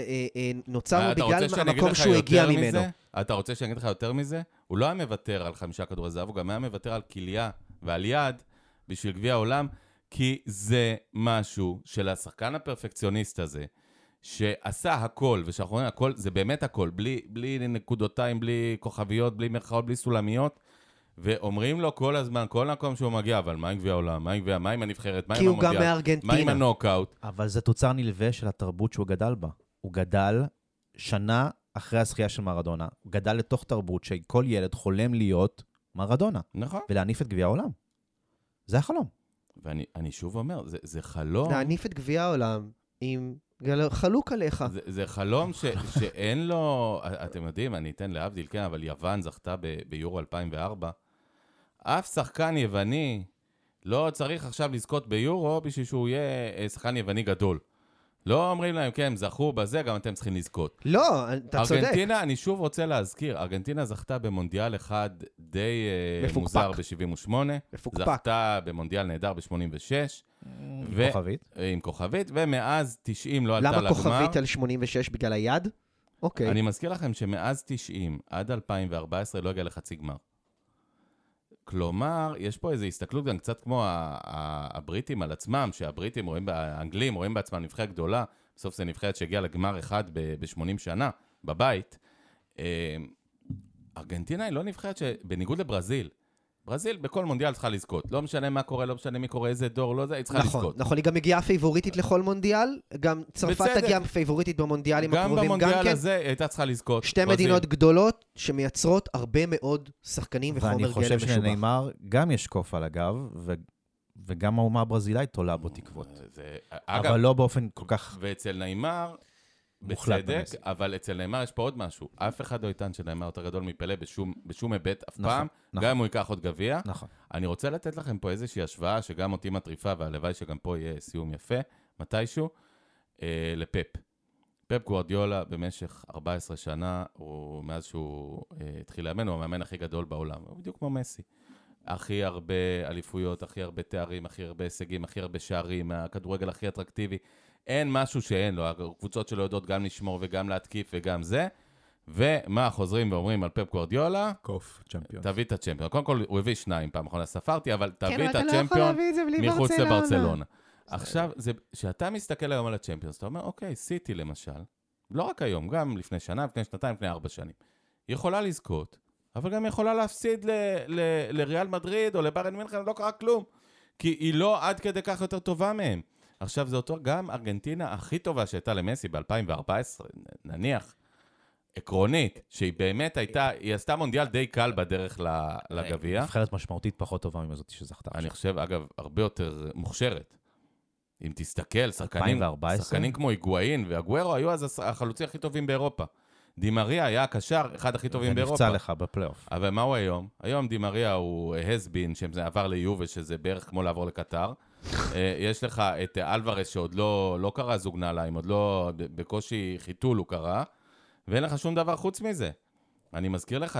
נוצר בגלל המקום שהוא הגיע ממנו. אתה רוצה שאני אגיד לך יותר מזה? הוא לא היה מוותר על חמישה כדורי זהב, הוא גם היה מוותר על כליה ועל יד בשביל גביע העולם, כי זה משהו של השחקן הפרפקציוניסט הזה, שעשה הכל, ושאנחנו רואים הכל, זה באמת הכל, בלי, בלי נקודותיים, בלי כוכביות, בלי מרכאות, בלי סולמיות, ואומרים לו כל הזמן, כל מקום שהוא מגיע, אבל מה עם גביע העולם? מה עם גביע? מה עם הנבחרת? מה עם המונדיאל? כי הוא גם מארגנטינה. מה עם הנוקאוט? אבל זה תוצר נלווה של התרבות שהוא גדל בה. הוא גדל שנה אחרי הזכייה של מרדונה. הוא גדל לתוך תרבות שכל ילד חולם להיות מרדונה. נכון. ולהניף את גביע העולם. זה החלום. ואני אני שוב אומר, זה, זה חלום... להניף את גביע העולם עם... חלוק עליך. זה, זה חלום ש, שאין לו, אתם יודעים, אני אתן להבדיל, כן, אבל יוון זכתה ב, ביורו אלפיים וארבע. אף שחקן יווני לא צריך עכשיו לזכות ביורו בשביל שהוא יהיה שחקן יווני גדול. לא אומרים להם, כן, זכו בזה, גם אתם צריכים לזכות. לא, אתה צודק. ארגנטינה, אני שוב רוצה להזכיר, ארגנטינה זכתה במונדיאל אחד די מפוקפק. מוזר ב-שבעים ושמונה. מפוקפק. זכתה במונדיאל נהדר ב-שמונים ושש. עם ו... כוכבית. עם כוכבית, ומאז תשעים לא עלתה לגמר. למה כוכבית על שמונים ושש בגלל היד? אוקיי. אני מזכיר לכם שמאז תשעים עד אלפיים וארבע עשרה לא הגיע לחצי גמר. כלומר, יש פה איזו הסתכלות גם קצת כמו הבריטים על עצמם, שהבריטים רואים, האנגלים רואים בעצמם נבחרת גדולה, בסוף זה נבחרת שהגיעה לגמר אחד ב-שמונים שנה, בבית. ארגנטינה היא לא נבחרת שבניגוד לברזיל, ברזיל בכל מונדיאל צריכה לזכות. לא משנה מה קורה, לא משנה מי קורה, איזה דור, לא זה, היא צריכה נכון, לזכות. נכון, היא גם מגיעה פייבוריטית לכל מונדיאל, גם צרפת בצדק. תגיע פייבוריטית במונדיאלים הקרובים, גם גם במונדיאל כן. הזה היא הייתה צריכה לזכות. שתי ברזיל. מדינות גדולות שמייצרות הרבה מאוד שחקנים וחומר גלם ואני משובח. חושב שלניימר גם יש קוף על הגב, ו... וגם האומה הברזילאית תולה בו תקוות. זה... אבל אגב, לא באופן כל כך... ואצל ניימר, מוחלט בצדק, במסי. אבל אצל ניימר יש פה עוד משהו. אף אחד לא איתן שניימר יותר גדול מפלה בשום, בשום היבט אף נכון, פעם, נכון. גם אם הוא ייקח עוד גביע. נכון. אני רוצה לתת לכם פה איזושהי השוואה, שגם אותי מטריפה, והלוואי שגם פה יהיה סיום יפה, מתישהו, אה, לפפ. פפ גוארדיולה במשך ארבע עשרה שנה, הוא, מאז שהוא אה, התחיל לאמן, הוא המאמן הכי גדול בעולם. הוא בדיוק כמו מסי. הכי הרבה אליפויות, הכי הרבה תארים, הכי הרבה הישגים, הכי הרבה שערים, הכדורגל הכי אטרקטיבי. אין משהו שאין לו, הקבוצות שלו יודעות גם לשמור וגם להתקיף וגם זה. ומה חוזרים ואומרים על פפ גוארדיולה? קוף, צ'מפיון. תביא את הצ'מפיון. קודם כל, הוא הביא שניים, פעם אחרונה ספרתי, אבל תביא כן, את אתה לא יכול הצ'מפיון להביא את זה בלי מחוץ ברצלונה. לברצלונה. עכשיו, כשאתה מסתכל היום על הצ'מפיונס, אתה אומר, אוקיי, סיטי למשל, לא רק היום, גם לפני שנה, לפני שנתיים, לפני ארבע שנים. היא יכולה לזכות, אבל גם יכולה להפסיד לריאל מדריד או לביירן מינכן, לא קרה כלום. כי היא לא עד כדי כך יותר טובה מהם. עכשיו, זה אותו גם ארגנטינה הכי טובה שהייתה למסי ב-אלפיים וארבע עשרה, נניח, עקרונית, שהיא באמת הייתה, היא עשתה מונדיאל די קל בדרך לגביע. נבחרת משמעותית פחות טובה מזאת שזכתה. אני חושב, אגב, הרבה יותר מוכשרת. אם תסתכל, שחקנים, אלפיים וארבע עשרה? שחקנים כמו היגואין והגוארו היו אז החלוצים הכי טובים באירופה. דימריה היה הקשר אחד הכי טובים באירופה. ונפצע לך בפלייאוף. אבל מה הוא היום? היום דימריה הוא הסבין, שעבר ליובה, שזה בערך כמו לעבור לקטר. יש לך את אלוורס שעוד לא, לא קרה זוג נעליים, עוד לא, בקושי חיתול הוא קרה, ואין לך שום דבר חוץ מזה. אני מזכיר לך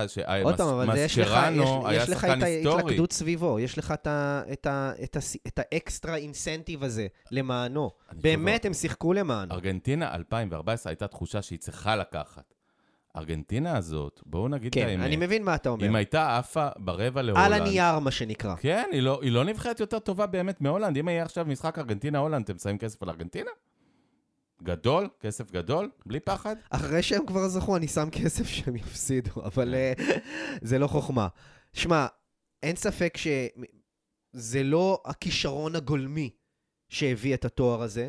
שמסקרנו היה שחקן היסטורי. יש לך את ההתלכדות סביבו, יש לך את, ה, את, ה, את, ה, את האקסטרה אינסנטיב הזה למענו. באמת הם שיחקו למענו. ארגנטינה אלפיים וארבע עשרה הייתה תחושה שהיא צריכה לקחת. ארגנטינה הזאת, בואו נגיד את האמת. כן, אני מבין מה אתה אומר. אם הייתה עפה ברבע להולנד. על הנייר, מה שנקרא. כן, היא לא, היא לא נבחרת יותר טובה באמת מהולנד. אם יהיה עכשיו משחק ארגנטינה-הולנד, אתם שמים כסף על ארגנטינה? גדול, כסף גדול, בלי פחד. אחרי שהם כבר זכו, אני שם כסף שהם יפסידו, אבל זה לא חוכמה. שמע, אין ספק שזה לא הכישרון הגולמי שהביא את התואר הזה,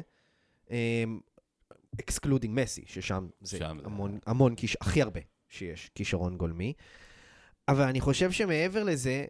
אקסקלודינג מסי, ששם זה המון, המון, הכי הרבה שיש כישרון גולמי. אבל אני חושב שמעבר לזה,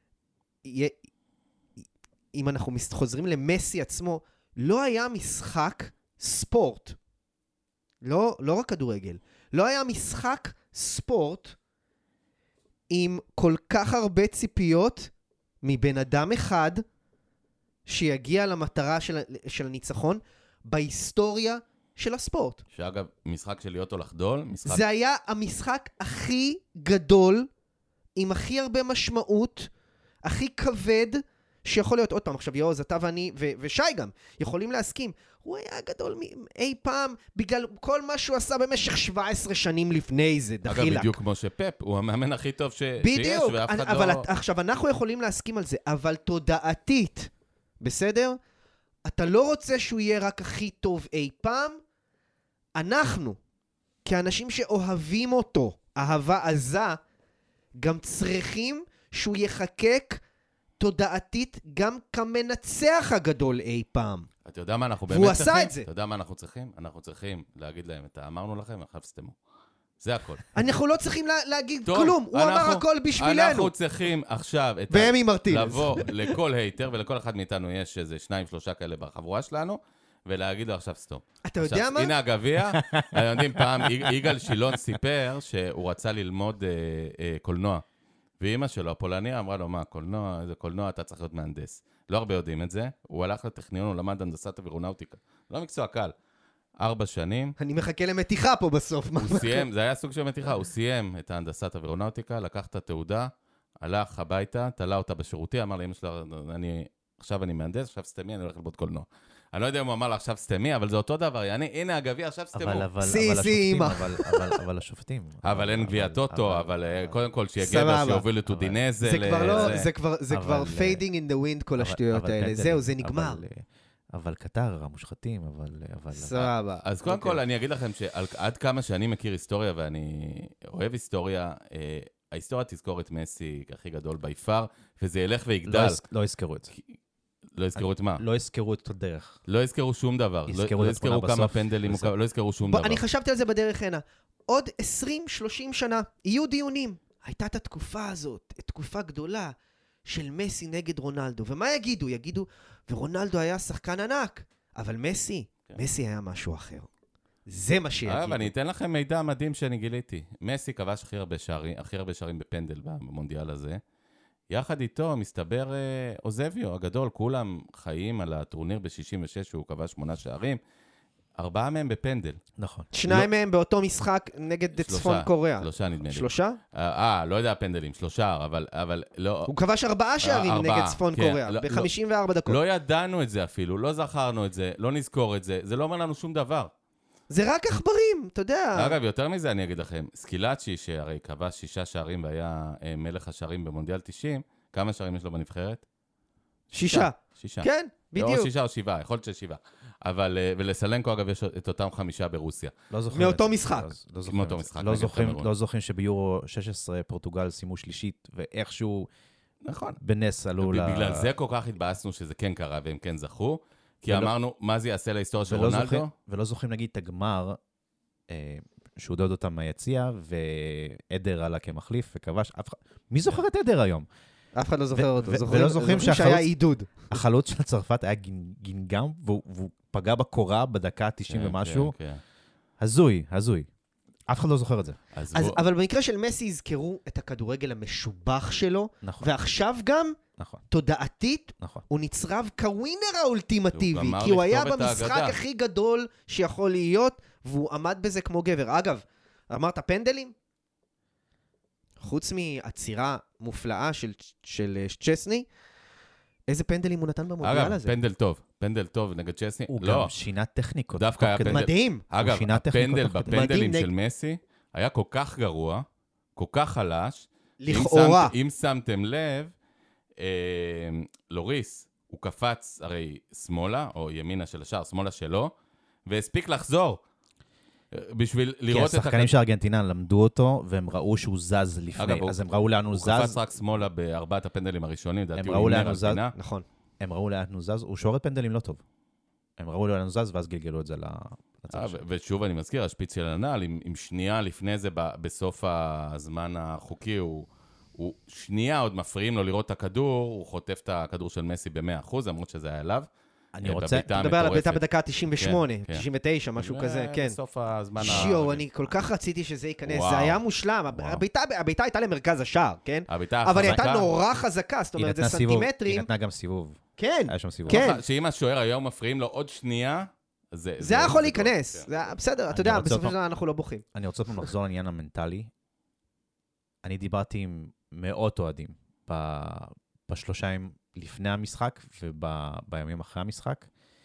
אם אנחנו חוזרים למסי עצמו, לא היה משחק ספורט, לא, לא רק כדורגל, לא היה משחק ספורט עם כל כך הרבה ציפיות מבן אדם אחד שיגיע למטרה של, של הניצחון בהיסטוריה של הספורט. שאגב, משחק של להיות או לחדול, משחק... זה היה המשחק הכי גדול, עם הכי הרבה משמעות, הכי כבד, שיכול להיות, עוד פעם, עכשיו יאוז, אתה ואני, ו- ושי גם, יכולים להסכים, הוא היה גדול אי פעם, בגלל כל מה שהוא עשה במשך שבע עשרה שנים לפני זה, דחילק. אגב, בדיוק כמו שפפ, הוא המאמן הכי טוב ש- בדיוק, שיש, ואף אחד אבל לא... עכשיו, אנחנו יכולים להסכים על זה, אבל תודעתית, בסדר? אתה לא רוצה שהוא יהיה רק הכי טוב אי פעם, אנחנו, כאנשים שאוהבים אותו, אהבה עזה, גם צריכים שהוא יחקק תודעתית גם כמנצח הגדול אי פעם. אתה יודע מה אנחנו באמת צריכים? והוא עשה את זה. אתה יודע מה אנחנו צריכים? אנחנו צריכים להגיד להם, את אמרנו לכם, עכשיו סתמו. זה הכל. אנחנו לא צריכים לה, להגיד טוב, כלום, הוא אנחנו, אמר הכל בשבילנו. אנחנו צריכים עכשיו את והם עם מרטינס. לבוא לכל הייטר, ולכל אחד מאיתנו יש איזה שניים, שלושה כאלה בחבורה שלנו, ולהגיד לו עכשיו סתום. אתה עכשיו, יודע מה? הנה הגביע, אני יודעים פעם, יגאל שילון סיפר שהוא רצה ללמוד אה, אה, קולנוע. ואמא שלו, הפולניה, אמרה לו, מה, קולנוע, איזה קולנוע, אתה צריך להיות מהנדס. לא הרבה יודעים את זה. הוא הלך לטכניון, הוא למד הנדסת אווירונאוטיקה. לא מקצוע קל. ארבע שנים. אני מחכה למתיחה פה בסוף. הוא סיים, זה היה סוג של מתיחה, הוא סיים את ההנדסת אווירונאוטיקה, לקח את התעודה, הלך הביתה, תלה אותה בשירותי, אמר לאמא שלו, אני, עכשיו אני מהנדס, עכשיו סתמי, אני הולך ללמוד קולנוע. אני לא יודע אם הוא אמר לה עכשיו סתמי, אבל זה אותו דבר, יעני, הנה הגביע, עכשיו סתמו. סי, סי, אמא. אבל השופטים. אבל אין גביע טוטו, אבל קודם כל שיהיה גבר שיוביל את אודינזה. זה כבר fading in the wind כל השטויות האלה. זהו, זה נגמר. אבל קטר, המושחתים, אבל... סבבה. אז קודם כל, אני אגיד לכם שעד כמה שאני מכיר היסטוריה, ואני אוהב היסטוריה, ההיסטוריה תזכור את מסי הכי גדול ביפר, וזה ילך ויגדל. לא יזכרו את זה. לא יזכרו את מה? לא יזכרו את הדרך. לא יזכרו שום דבר. לא יזכרו כמה פנדלים, לא יזכרו שום דבר. אני חשבתי על זה בדרך הנה. עוד עשרים שלושים שנה יהיו דיונים. הייתה את התקופה הזאת, תקופה גדולה של מסי נגד רונלדו. ומה יגידו? יגידו, ורונלדו היה שחקן ענק, אבל מסי, מסי היה משהו אחר. זה מה שיגידו. אבל אני אתן לכם מידע מדהים שאני גיליתי. מסי כבש הכי הרבה שערים, הכי הרבה שערים בפנדל במונדיאל הזה. יחד איתו מסתבר אוזביו הגדול, כולם חיים על הטורניר ב-שישים ושש, שהוא כבש שמונה שערים, ארבעה מהם בפנדל. נכון. שניים מהם באותו משחק נגד צפון קוריאה. שלושה נדמה לי. שלושה? אה, לא יודע הפנדלים, שלושה, אבל לא... הוא כבש ארבעה שערים נגד צפון קוריאה, ב-חמישים וארבע דקות. לא ידענו את זה אפילו, לא זכרנו את זה, לא נזכור את זה, זה לא אומר לנו שום דבר. זה רק עכברים, אתה יודע. אגב, יותר מזה אני אגיד לכם, סקילאצ'י, שהרי כבש שישה שערים והיה מלך השערים במונדיאל תשעים, כמה שערים יש לו בנבחרת? שישה. שישה. כן, בדיוק. או שישה או שבעה, יכול להיות ששבעה. אבל, ולסלנקו אגב יש את אותם חמישה ברוסיה. מאותו משחק. מאותו משחק. לא זוכרים שביורו שש עשרה פורטוגל סיימו שלישית, ואיכשהו נכון. בנס עלו ל... בגלל זה כל כך התבאסנו שזה כן קרה והם כן זכו, כי אמרנו, מה זה יעשה להיסטוריה של רונלדו? ולא זוכרים נגיד את הגמר, שהוא דוד אותם מהיציע, ועדר עלה כמחליף וכבש. מי זוכר את עדר היום? אף אחד לא זוכר אותו. ולא זוכרים שהיה עידוד. החלוץ של צרפת היה גינגם, והוא פגע בקורה בדקה תשעים ומשהו. הזוי, הזוי. אף אחד לא זוכר את זה. אבל במקרה של מסי יזכרו את הכדורגל המשובח שלו, ועכשיו גם, תודעתית, הוא נצרב כווינר האולטימטיבי, כי הוא היה במשחק הכי גדול שיכול להיות, והוא עמד בזה כמו גבר. אגב, אמרת פנדלים? חוץ מעצירה מופלאה של, של צ'סני, איזה פנדלים הוא נתן במונדיאל אגב, הזה? אגב, פנדל טוב. פנדל טוב נגד צ'סני. הוא לא. גם שינה טכניקות. דווקא היה פנדל. מדהים. אגב, הפנדל בפנדלים של מסי היה כל כך גרוע, כל כך חלש. לכאורה. אם שמתם לב, אה, לוריס, הוא קפץ הרי שמאלה, או ימינה של השאר, שמאלה שלו, והספיק לחזור. בשביל לראות את... כי השחקנים של ארגנטינה למדו אותו, והם ראו שהוא זז לפני, אז הם ראו לאן הוא זז. הוא קפץ רק שמאלה בארבעת הפנדלים הראשונים, הם ראו לאן הוא זז, נכון. הם ראו לאן הוא זז, הוא שורט פנדלים לא טוב. הם ראו לאן הוא זז, ואז גלגלו את זה לצד שלו. ושוב אני מזכיר, השפיץ של הנעל, עם שנייה לפני זה, בסוף הזמן החוקי, הוא שנייה עוד מפריעים לו לראות את הכדור, הוא חוטף את הכדור של מסי ב-מאה אחוז, למרות שזה היה אליו. אני רוצה... אתה מדבר על הביתה בדקה תשעים ושמונה, תשעים ותשע, משהו כזה, כן. בסוף הזמן... שיו, אני כל כך רציתי שזה ייכנס, זה היה מושלם. הביתה הייתה למרכז השער, כן? אבל היא הייתה נורא חזקה, זאת אומרת, זה סנטימטרים. היא נתנה גם סיבוב. כן, היה שם סיבוב. כן. שאם השוער היום מפריעים לו עוד שנייה, זה... זה היה יכול להיכנס. בסדר, אתה יודע, בסופו של דבר אנחנו לא בוכים. אני רוצה פעם לחזור לעניין המנטלי. אני דיברתי עם מאות אוהדים בשלושה ימים לפני המשחק ובימים אחרי המשחק.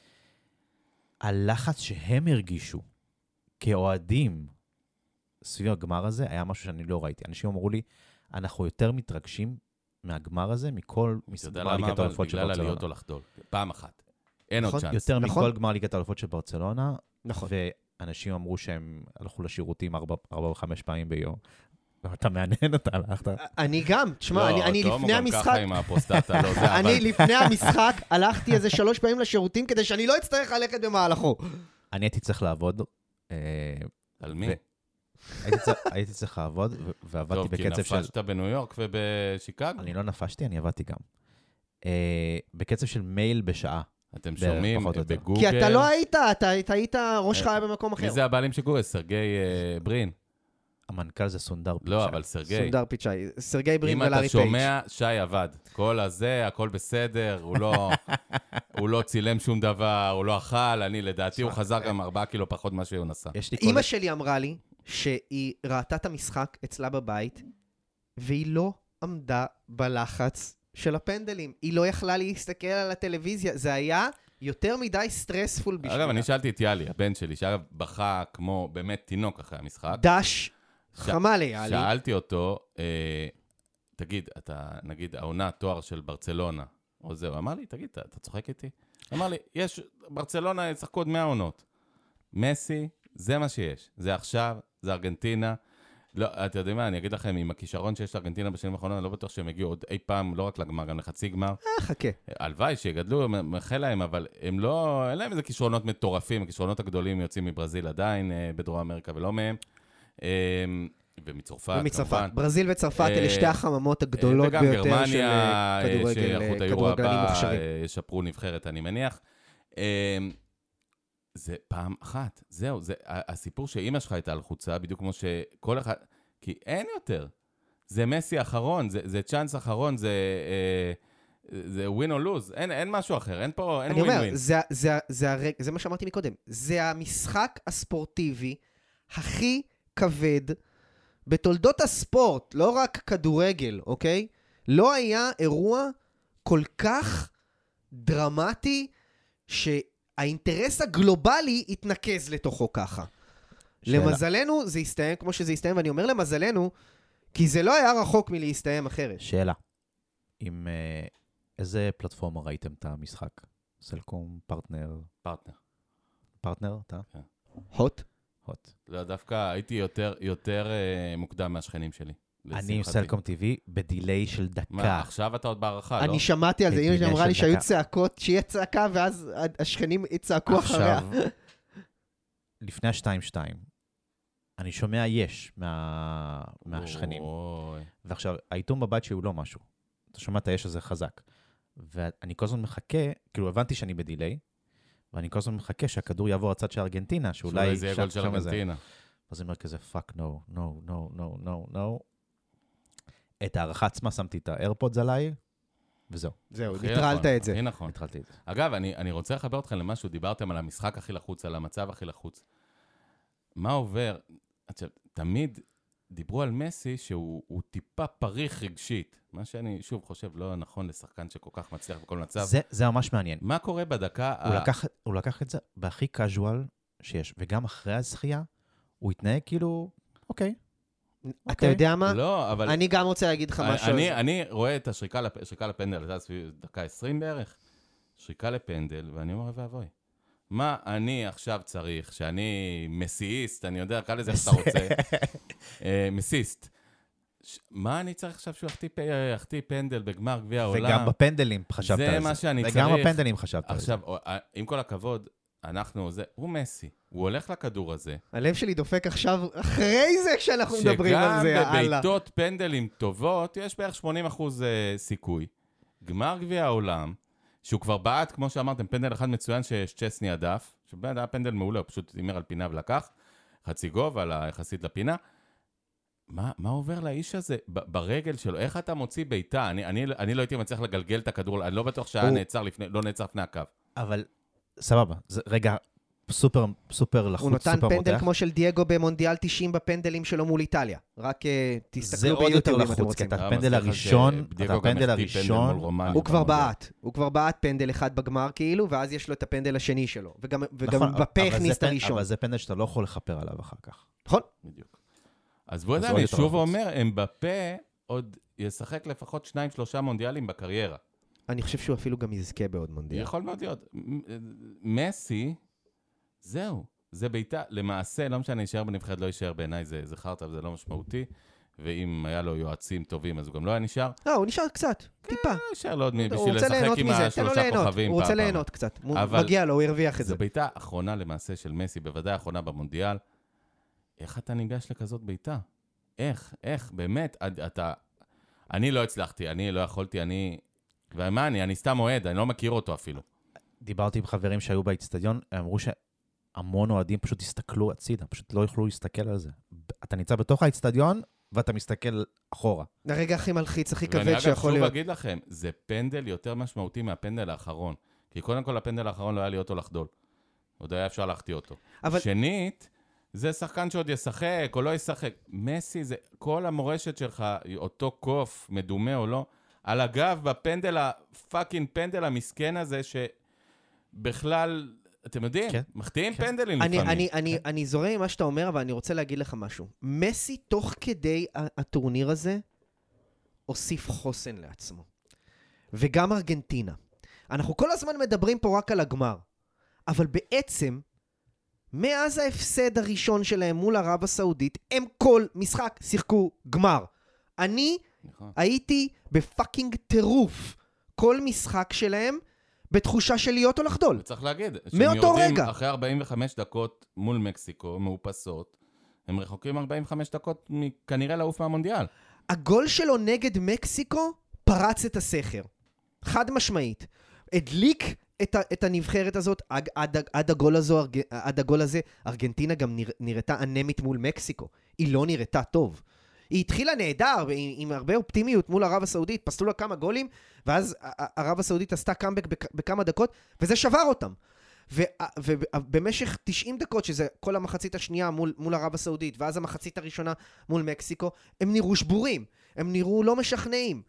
הלחץ שהם הרגישו כאוהדים סביב הגמר הזה היה משהו שאני לא ראיתי. אנשים אמרו לי, אנחנו יותר מתרגשים מהגמר הזה, מכל גמר ליגת האלופות של ברצלונה. בגלל עליות או לחדול. פעם אחת. אין עוד צ'אנס. יותר מכל גמר ליגת האלופות של ברצלונה. נכון. ואנשים אמרו שהם הלכו לשירותים ארבע או חמש פעמים ביום. אתה מעניין אותה, הלכת? אני גם, תשמע, אני לפני המשחק... לא, תום הוא גם ככה עם הפרוסטטה, לא זה, אבל... אני לפני המשחק הלכתי איזה שלוש פעמים לשירותים, כדי שאני לא אצטרך ללכת במהלכו. אני הייתי צריך לעבוד. על מי? הייתי צריך לעבוד, ועבדתי בקצב של... טוב, כי נפשת בניו יורק ובשיקגו? אני לא נפשתי, אני עבדתי גם. בקצב של מייל בשעה. אתם שומעים בגוגל... כי אתה לא היית, אתה היית ראש חיה במקום אחר. מי זה הבעלים של גוגל? סרגי ברין. המנכ"ל זה סונדר פיצ'אי. לא, אבל סרגי. סונדר פיצ'אי. סרגי ברין ולארי פייג'. אם אתה שומע, שי עבד. כל הזה, הכל בסדר, הוא לא, הוא לא צילם שום דבר, הוא לא אכל, אני לדעתי, הוא חזר גם ארבעה קילו פחות מה שהוא נסע. אמא שלי אמרה לי שהיא ראתה את המשחק אצלה בבית, והיא לא עמדה בלחץ של הפנדלים. היא לא יכלה להסתכל על הטלוויזיה. זה היה יותר מדי סטרספול בשבילה. אגב, אני שאלתי את יאלי, הבן שלי, שאגב, בכה כמו באמת תינוק אחרי המשחק. דש, חמה ליאלי. שאלתי אותו, אה, תגיד, אתה, נגיד, העונה, תואר של ברצלונה, או זהו, אמר לי, תגיד, אתה, אתה צוחק איתי? אמר לי, יש, ברצלונה ישחקו עוד מאה עונות. מסי, זה מה שיש. זה עכשיו, זה ארגנטינה. לא, אתם יודעים מה, אני אגיד לכם, עם הכישרון שיש לארגנטינה בשנים האחרונות, אני לא בטוח שהם הגיעו עוד אי פעם, לא רק לגמר, גם לחצי גמר. אה, חכה. הלוואי שיגדלו, מחל להם, אבל הם לא, אין להם איזה כישרונות מטורפים, הכישרונות הגדולים יוצאים מברזיל עדיין, בדרום אמריקה ולא מהם. ומצרפת, ומצרפת. ברזיל וצרפת אלה שתי החממות הגדולות ביותר של כדורגל, כדורגלנים מוכשרים. ישפרו נבחרת, אני מניח. זה פעם אחת, זהו, זה הסיפור שאמא שלך הייתה לחוצה, בדיוק כמו שכל אחד, כי אין יותר. זה מסי אחרון, זה, זה צ'אנס אחרון, זה, זה win or lose, אין, אין משהו אחר, אין פה, אין win-win. אני אומר, זה, זה, זה, זה, זה מה שאמרתי מקודם, זה המשחק הספורטיבי הכי כבד בתולדות הספורט, לא רק כדורגל, אוקיי? לא היה אירוע כל כך דרמטי שהאינטרס הגלובלי יתנקז לתוכו ככה. שאלה. למזלנו זה יסתיים כמו שזה יסתיים, ואני אומר למזלנו, כי זה לא היה רחוק מלהסתיים אחרת. שאלה, עם uh, איזה פלטפורמה ראיתם את המשחק? סלקום, פרטנר? פרטנר. פרטנר, אתה? כן. הוט? הוט. לא, דווקא הייתי יותר, יותר uh, מוקדם מהשכנים שלי. אני עם סלקום טיווי בדיליי של דקה. מה, עכשיו אתה עוד בהערכה, לא? אני שמעתי על זה, אמא שאמרה לי שהיו צעקות, שיהיה צעקה, ואז השכנים יצעקו אחריה. עכשיו, לפני השתיים שתיים, אני שומע יש מה... מהשכנים. ועכשיו, העיתון בבית שהוא לא משהו. אתה שומע את היש הזה חזק. ואני כל הזמן מחכה, כאילו הבנתי שאני בדיליי, ואני כל הזמן מחכה שהכדור יעבור הצד של ארגנטינה, שאולי... זה יהיה גול של ארגנטינה. אז אני אומר כזה, fuck no, no, no, no, no, no. את הערכה עצמה שמתי את האיירפודס עליי, וזהו. זהו, נטרלת את זה. הכי נכון. נטרלתי את זה. אגב, אני, אני רוצה לחבר אתכם למשהו, דיברתם על המשחק הכי לחוץ, על המצב הכי לחוץ. מה עובר? עכשיו, תמיד דיברו על מסי שהוא טיפה פריך רגשית. מה שאני, שוב, חושב לא נכון לשחקן שכל כך מצליח בכל מצב. זה, זה ממש מעניין. מה קורה בדקה? הוא, ה... לקח, הוא לקח את זה בהכי קאז'ואל שיש, וגם אחרי הזכייה, הוא התנהג כאילו, אוקיי. אתה יודע מה? לא, אבל... אני גם רוצה להגיד לך משהו. אני, אני רואה את השריקה, השריקה לפנדל, זה סביב דקה עשרים בערך, שריקה לפנדל, ואני אומר, ואבוי. מה אני עכשיו צריך, שאני מסיסט, אני יודע, קל לזה שאתה רוצה, מסיסט. מה אני צריך עכשיו שהוא יחטיא פנדל בגמר גביע העולם? וגם בפנדלים חשבת על זה. זה מה שאני צריך. וגם בפנדלים חשבת על זה. עכשיו, עם כל הכבוד, אנחנו, זה, הוא מסי, הוא הולך לכדור הזה. הלב שלי דופק עכשיו אחרי זה כשאנחנו מדברים על זה, שגם בביתות פנדלים טובות, יש בערך שמונים אחוז סיכוי. גמר גביע העולם, שהוא כבר בעט, כמו שאמרתם, פנדל אחד מצוין שצ'סני הדף, שבאמת היה פנדל מעולה, הוא פשוט הימר על פינה ולקח, חצי גוב על היחסית לפינה. מה, מה עובר לאיש הזה ברגל שלו? איך אתה מוציא ביתה? אני, אני, אני לא הייתי מצליח לגלגל את הכדור, אני לא בטוח שהיה הוא... נעצר לפני, לא נעצר לפני הקו. אבל סבבה, זה רגע סופר, סופר לחוץ, הוא נותן סופר פנדל מותח. כמו של דייגו במונדיאל תשעים בפנדלים שלו מול איטליה. רק uh, תסתכלו ביוטיוב אם אתם רוצים. את הפנדל הראשון, את הפנדל הראשון, הוא כבר בעט. הוא כבר בעט פנדל אחד בגמר כאילו, ואז יש לו את הפנדל השני שלו. וגם, וגם בפה הכניס את הראשון. אבל זה פנדל שאתה לא יכול לכפר עליו אחר כך. נכון. בדיוק. אז בוא יודע, אני שוב אומר, הם בפה עוד ישחק לפחות שניים, שלושה מונדיאלים בקריירה. אני חושב שהוא אפילו גם יזכה בעוד מונדיאל. יכול מאוד להיות. מסי, זהו, זה ביתה, למעשה, לא משנה, יישאר בנבחרת, לא יישאר בעיניי, זה, זה חרטה וזה לא משמעותי, ואם היה לו יועצים טובים, אז הוא גם לא היה נשאר. לא, הוא נשאר קצת, טיפה. כן, יישאר לו עוד בשביל לשחק עם השלושה כוכבים. הוא רוצה ליהנות קצת, מגיע לו, הוא הרוויח את זה. זה ביתה האחרונה למעשה של מסי, בוודאי האחרונה במונדיאל. איך אתה ניגש לכזאת ביתה? איך, איך, באמת, אתה... אני לא הצלחתי, אני לא יכולתי, אני... ומה אני? אני סתם אוהד, אני לא מכיר אותו אפילו. דיברתי עם חברים שהיו באצטדיון, הם אמרו שהמון אוהדים פשוט הסתכלו הצידה, פשוט לא יוכלו להסתכל על זה. אתה נמצא בתוך האצטדיון, ואתה מסתכל אחורה. הרגע הכי מלחיץ, הכי כבד שיכול להיות. ואני אגב שוב אגיד לכם, זה פנדל יותר משמעותי מהפנדל האחרון. כי קודם כל הפנדל האחרון לא היה להיות או לחדול. עוד היה אפשר להחטיא אותו. אבל... שנית, זה שחקן שעוד ישחק או לא ישחק. מסי, זה כל המורשת שלך, אותו קוף, מדומה או לא, על הגב בפנדל, הפאקינג פנדל המסכן הזה, ש... בכלל, אתם יודעים, כן. מחטיאים כן. פנדלים אני, לפעמים. אני, אני, אני זורם עם מה שאתה אומר, אבל אני רוצה להגיד לך משהו. מסי, תוך כדי הטורניר הזה, הוסיף חוסן לעצמו. וגם ארגנטינה. אנחנו כל הזמן מדברים פה רק על הגמר. אבל בעצם, מאז ההפסד הראשון שלהם מול ערב הסעודית, הם כל משחק שיחקו גמר. אני נכון. הייתי בפאקינג טירוף. כל משחק שלהם בתחושה של להיות או לחדול. וצריך להגיד, מאותו יורדים רגע. אחרי ארבעים וחמש דקות מול מקסיקו, מאופסות, הם רחוקים ארבעים וחמש דקות כנראה לעוף מהמונדיאל. הגול שלו נגד מקסיקו פרץ את הסכר. חד משמעית. הדליק את, ה, את הנבחרת הזאת, עד, עד, עד, הגול הזו, ארג, עד הגול הזה, ארגנטינה גם נרא, נראתה אנמית מול מקסיקו. היא לא נראתה טוב. היא התחילה נהדר, עם, עם הרבה אופטימיות מול ערב הסעודית, פסלו לה כמה גולים, ואז ערב הסעודית עשתה קאמבק בכמה דקות, וזה שבר אותם. ובמשך תשעים דקות, שזה כל המחצית השנייה מול, מול ערב הסעודית, ואז המחצית הראשונה מול מקסיקו, הם נראו שבורים, הם נראו לא משכנעים.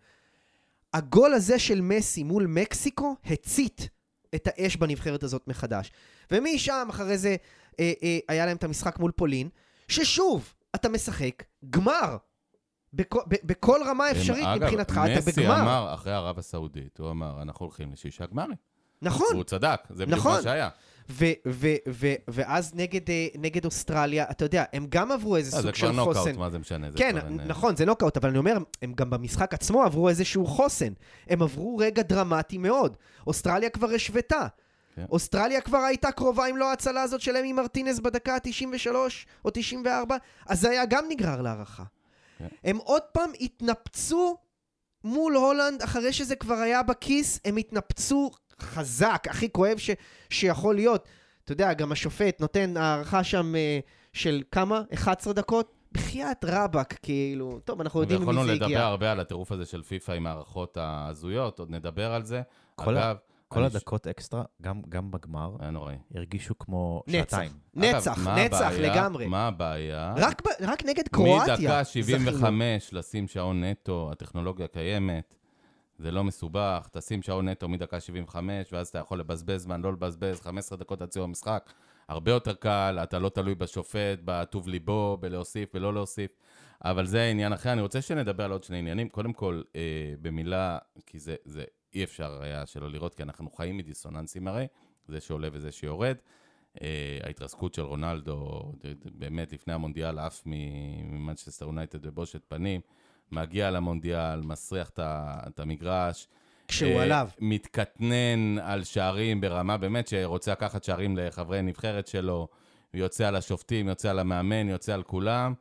הגול הזה של מסי מול מקסיקו הצית את האש בנבחרת הזאת מחדש. ומשם אחרי זה אה, אה, היה להם את המשחק מול פולין, ששוב, אתה משחק גמר. בכ, ב, בכל רמה אפשרית אגב, מבחינתך, אתה מסי בגמר. אמר אחרי ערב הסעודית, הוא אמר, אנחנו הולכים לשישה גמרים. נכון. הוא צדק, זה בדיוק נכון. מה שהיה. ו- ו- ו- ואז נגד, נגד אוסטרליה, אתה יודע, הם גם עברו איזה סוג של חוסן. זה כבר נוקאוט, מה זה משנה? זה כן, כבר נכון, זה נוקאוט, אבל אני אומר, הם גם במשחק עצמו עברו איזשהו חוסן. הם עברו רגע דרמטי מאוד. אוסטרליה כבר השוותה. כן. אוסטרליה כבר הייתה קרובה אם לא ההצלה הזאת שלהם עם מרטינס בדקה ה-תשעים ושלוש או תשעים וארבע, אז זה היה גם נגרר להערכה. כן. הם עוד פעם התנפצו מול הולנד, אחרי שזה כבר היה בכיס, הם התנפצו חזק, הכי כואב ש, שיכול להיות. אתה יודע, גם השופט נותן הערכה שם uh, של כמה? אחת עשרה דקות? בחייאת רבק, כאילו. טוב, אנחנו יודעים מי זה הגיע. ויכולנו לדבר הרבה על הטירוף הזה של פיפה עם הערכות ההזויות, עוד נדבר על זה. כל, אגב, כל הדקות ש... אקסטרה, גם, גם בגמר, היה נוראי. הרגישו כמו נצח, שעתיים. נצח, אגב, נצח הבעיה, לגמרי. מה הבעיה? רק, רק נגד קרואטיה. מדקה שבעים וחמש לשים שעון נטו, הטכנולוגיה קיימת. זה לא מסובך, תשים שעון נטו מדקה שבעים וחמש, ואז אתה יכול לבזבז זמן, לא לבזבז, חמש עשרה דקות עד סיום המשחק. הרבה יותר קל, אתה לא תלוי בשופט, בטוב ליבו, בלהוסיף ולא להוסיף. אבל זה עניין אחר. אני רוצה שנדבר על עוד שני עניינים. קודם כל, אה, במילה, כי זה, זה אי אפשר היה שלא לראות, כי אנחנו חיים מדיסוננסים הרי, זה שעולה וזה שיורד. אה, ההתרסקות של רונלדו, באמת לפני המונדיאל, אף ממנצ'סטר יונייטד בבושת פנים, מגיע למונדיאל, מסריח את המגרש. כשהוא עליו. מתקטנן על שערים ברמה, באמת שרוצה לקחת שערים לחברי נבחרת שלו, יוצא על השופטים, יוצא על המאמן, יוצא על כולם,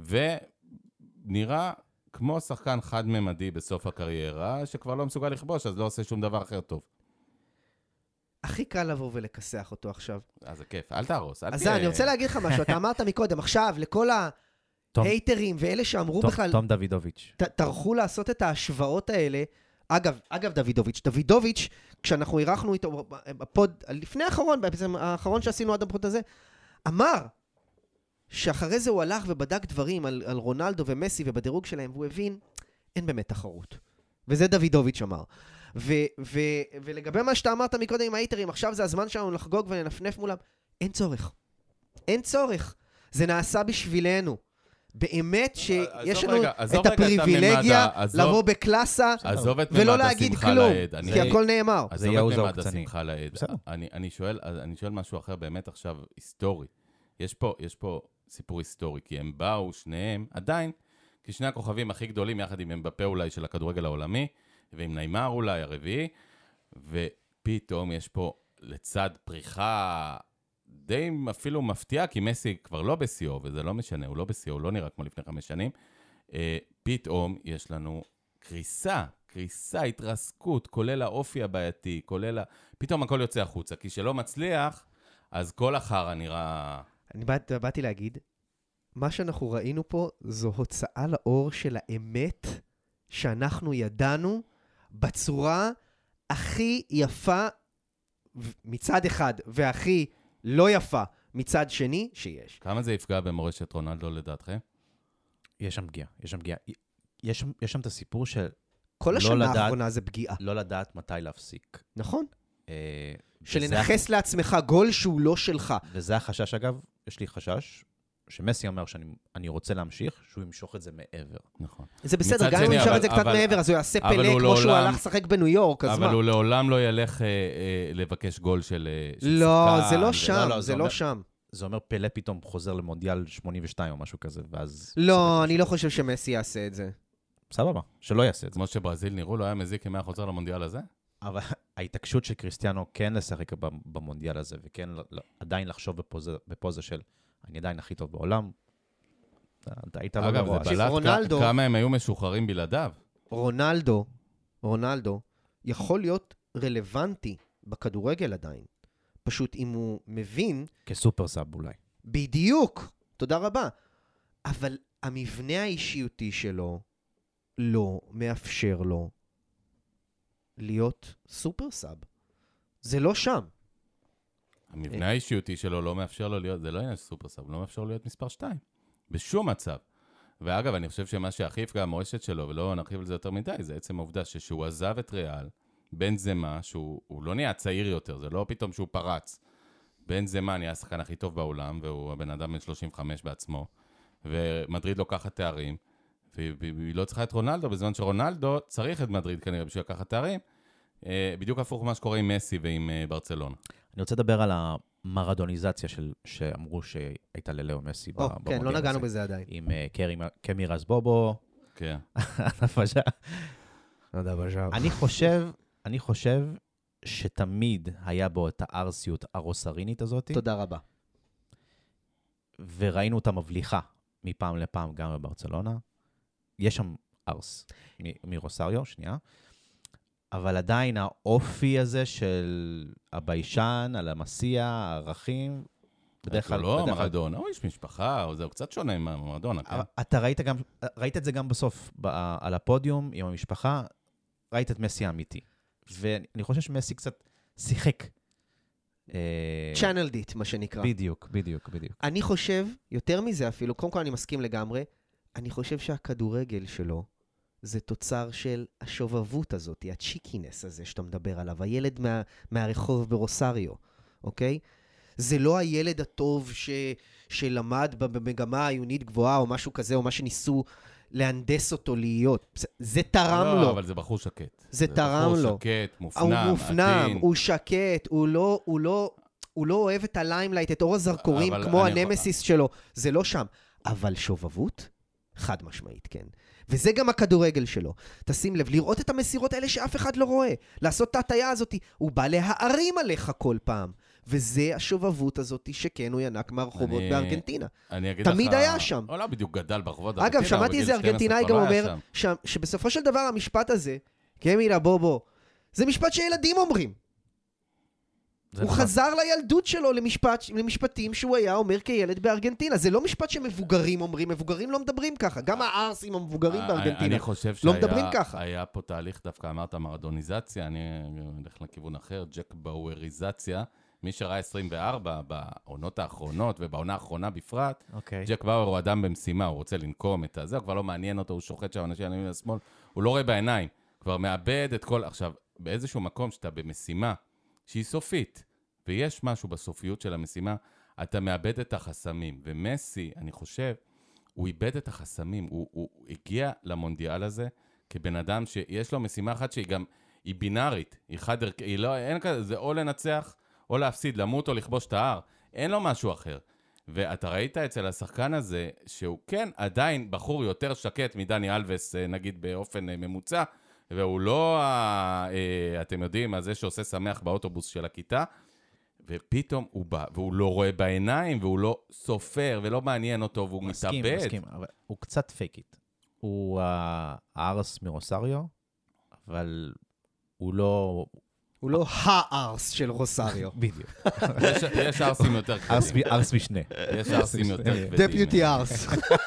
ונראה כמו שחקן חד-ממדי בסוף הקריירה, שכבר לא מסוגל לכבוש, אז לא עושה שום דבר אחר טוב. הכי קל לבוא ולכסח אותו עכשיו. אז זה כיף, אל תהרוס. אז אני רוצה להגיד לך משהו, אתה אמרת מקודם, עכשיו, לכל ה... הייטרים ואלה שאמרו בכלל... תום דוידוביץ'. טרחו לעשות את ההשוואות האלה. אגב, אגב דוידוביץ', דוידוביץ', כשאנחנו אירחנו איתו בפוד, לפני האחרון, בעצם האחרון שעשינו עד הפוד הזה, אמר שאחרי זה הוא הלך ובדק דברים על, על רונלדו ומסי ובדירוג שלהם, והוא הבין, אין באמת תחרות. וזה דוידוביץ' אמר. ו, ו, ולגבי מה שאתה אמרת מקודם עם ההייטרים, עכשיו זה הזמן שלנו לחגוג ולנפנף מולם. אין צורך. אין צורך. זה נעשה בשבילנו. באמת שיש לנו את הפריבילגיה לבוא בקלאסה ולא להגיד כלום, כי הכל נאמר. עזוב את ממד השמחה לעד. אני שואל משהו אחר באמת עכשיו היסטורי. יש פה סיפור היסטורי, כי הם באו שניהם עדיין, כי שני הכוכבים הכי גדולים יחד עם אמבפה אולי של הכדורגל העולמי, ועם ניימר אולי הרביעי, ופתאום יש פה לצד פריחה די אפילו מפתיע, כי מסי כבר לא בסיו, וזה לא משנה, הוא לא בסיו, הוא לא נראה כמו לפני חמש שנים. אה, פתאום יש לנו קריסה, קריסה, התרסקות, כולל האופי הבעייתי, כולל ה... פתאום הכל יוצא החוצה, כי שלא מצליח, אז כל אחר נראה... אני באת, באתי להגיד, מה שאנחנו ראינו פה, זו הוצאה לאור של האמת שאנחנו ידענו בצורה הכי יפה מצד אחד, והכי... לא יפה מצד שני שיש. כמה זה יפגע במורשת רונלדו לדעתכם? יש שם פגיעה, יש שם פגיעה. יש שם, יש שם את הסיפור של... כל השנה האחרונה זה פגיעה. לא לדעת מתי להפסיק. נכון. שלנחס לעצמך גול שהוא לא שלך. וזה החשש, אגב, יש לי חשש, שמסי אומר שאני רוצה להמשיך, שהוא ימשוך את זה מעבר. נכון. זה בסדר, גם אם הוא ימשוך את זה קצת מעבר, אז הוא יעשה פלא כמו שהוא הלך לשחק בניו יורק, אז מה? אבל הוא לעולם לא ילך לבקש גול של שחקן. לא, זה לא שם, זה לא שם. זה אומר פלא פתאום חוזר למונדיאל שמונים ושתיים או משהו כזה, ואז... לא, אני לא חושב שמסי יעשה את זה. סבבה, שלא יעשה את זה. כמו שברזיל נראו, לא היה מזיק אם היה חוזר למונדיאל הזה? אבל ההתעקשות של קריסטיאנו כן לשחק במונדיאל הזה, וכן עדיין לחשוב בפוזה, בפוזה של אני עדיין הכי טוב בעולם, היית לא גרוע. אגב, זה בלט כמה הם היו משוחררים בלעדיו. רונלדו, רונלדו, יכול להיות רלוונטי בכדורגל עדיין. פשוט אם הוא מבין... כסופר סאב אולי. בדיוק, תודה רבה. אבל המבנה האישיותי שלו לא מאפשר לו להיות סופר סאב. זה לא שם. המבנה האישיותי שלו לא מאפשר לו להיות, זה לא עניין של סופר סאב, לא מאפשר לו להיות מספר שתיים. בשום מצב. ואגב, אני חושב שמה שהכי יפגע המורשת שלו, ולא נרחיב על זה יותר מדי, זה עצם העובדה ששהוא עזב את ריאל, בן זמה, שהוא לא נהיה צעיר יותר, זה לא פתאום שהוא פרץ. בן זמה נהיה השחקן הכי טוב בעולם, והוא הבן אדם בן שלושים וחמש בעצמו, ומדריד לוקחת תארים, והיא לא צריכה את רונלדו, בזמן שרונלדו צריך את מדריד כנראה בשביל לקחת תארים, בדיוק הפוך מה שקורה עם מסי ועם ברצלונה. אני רוצה לדבר על המרדוניזציה של, שאמרו שהייתה ללאו מסי במונדיאל הזה. כן, לא נגענו בזה עדיין. עם קמי רזבובו. כן. אני חושב, אני חושב שתמיד היה בו את הארסיות הרוסרינית הזאת. תודה רבה. וראינו אותה מבליחה מפעם לפעם גם בברצלונה. יש שם ארס מרוסריו, שנייה. אבל עדיין האופי הזה של הביישן, על המסיע, הערכים, בדרך כלל... לא, מרדונה, הוא איש משפחה, זה קצת שונה עם מרדונה, כן? אתה ראית גם, ראית את זה גם בסוף, על הפודיום, עם המשפחה, ראית את מסי האמיתי. ואני חושב שמסי קצת שיחק. צ'אנל דיט, מה שנקרא. בדיוק, בדיוק, בדיוק. אני חושב, יותר מזה אפילו, קודם כל אני מסכים לגמרי, אני חושב שהכדורגל שלו, זה תוצר של השובבות הזאת, הצ'יקינס הזה שאתה מדבר עליו, הילד מה, מהרחוב ברוסריו, אוקיי? זה לא הילד הטוב ש, שלמד במגמה העיונית גבוהה, או משהו כזה, או מה שניסו להנדס אותו להיות. זה תרם לא, לו. לא, אבל זה בחור שקט. זה, זה תרם לו. בחור שקט, מופנם, הוא מופנם, עדין. הוא שקט, הוא לא, הוא לא, הוא לא אוהב את הליימלייט, את אור הזרקורים, כמו הנמסיס יכול... שלו. זה לא שם. אבל שובבות? חד משמעית, כן. וזה גם הכדורגל שלו. תשים לב, לראות את המסירות האלה שאף אחד לא רואה. לעשות את ההטיה הזאת, הוא בא להערים עליך כל פעם. וזה השובבות הזאת שכן הוא ינק מהרחובות אני... בארגנטינה. אני אגיד תמיד לך... היה שם. הוא לא בדיוק גדל ברחובות אגב, ארגנטינה. שמעתי איזה ארגנטינאי גם אומר, ש... שבסופו של דבר המשפט הזה, קמילה בובו, זה משפט שילדים אומרים. הוא נכון. חזר לילדות שלו למשפט, למשפטים שהוא היה אומר כילד בארגנטינה. זה לא משפט שמבוגרים אומרים, מבוגרים לא מדברים ככה. גם הארסים המבוגרים בארגנטינה אני חושב לא מדברים ככה. היה פה תהליך דווקא, אמרת מרדוניזציה, אני הולך לכיוון אחר, ג'ק באואריזציה. מי שראה עשרים וארבע בעונות האחרונות ובעונה האחרונה בפרט, okay. ג'ק באואר הוא אדם במשימה, הוא רוצה לנקום את זה, הוא כבר לא מעניין אותו, הוא שוחט שם אנשים עניים לשמאל, הוא לא רואה בעיניים, כבר מאבד את כל... עכשיו, באיזשהו מקום שאתה במשימה, שהיא סופית, ויש משהו בסופיות של המשימה, אתה מאבד את החסמים. ומסי, אני חושב, הוא איבד את החסמים. הוא, הוא, הוא הגיע למונדיאל הזה כבן אדם שיש לו משימה אחת שהיא גם, היא בינארית. היא חד, היא לא, אין כזה, זה או לנצח, או להפסיד, למות או לכבוש את ההר. אין לו משהו אחר. ואתה ראית אצל השחקן הזה, שהוא כן עדיין בחור יותר שקט מדני אלווס, נגיד באופן ממוצע, והוא לא, אתם יודעים, הזה שעושה שמח באוטובוס של הכיתה, ופתאום הוא בא, והוא לא רואה בעיניים, והוא לא סופר, ולא מעניין אותו, והוא מתאבד. מסכים, מסכים, אבל הוא קצת פייקית. הוא הארס מרוסריו, אבל הוא לא... הוא לא הארס של רוסריו. בדיוק. יש ארסים יותר כבדים. ארס משנה. יש ארסים יותר כבדים. דפיוטי ארס.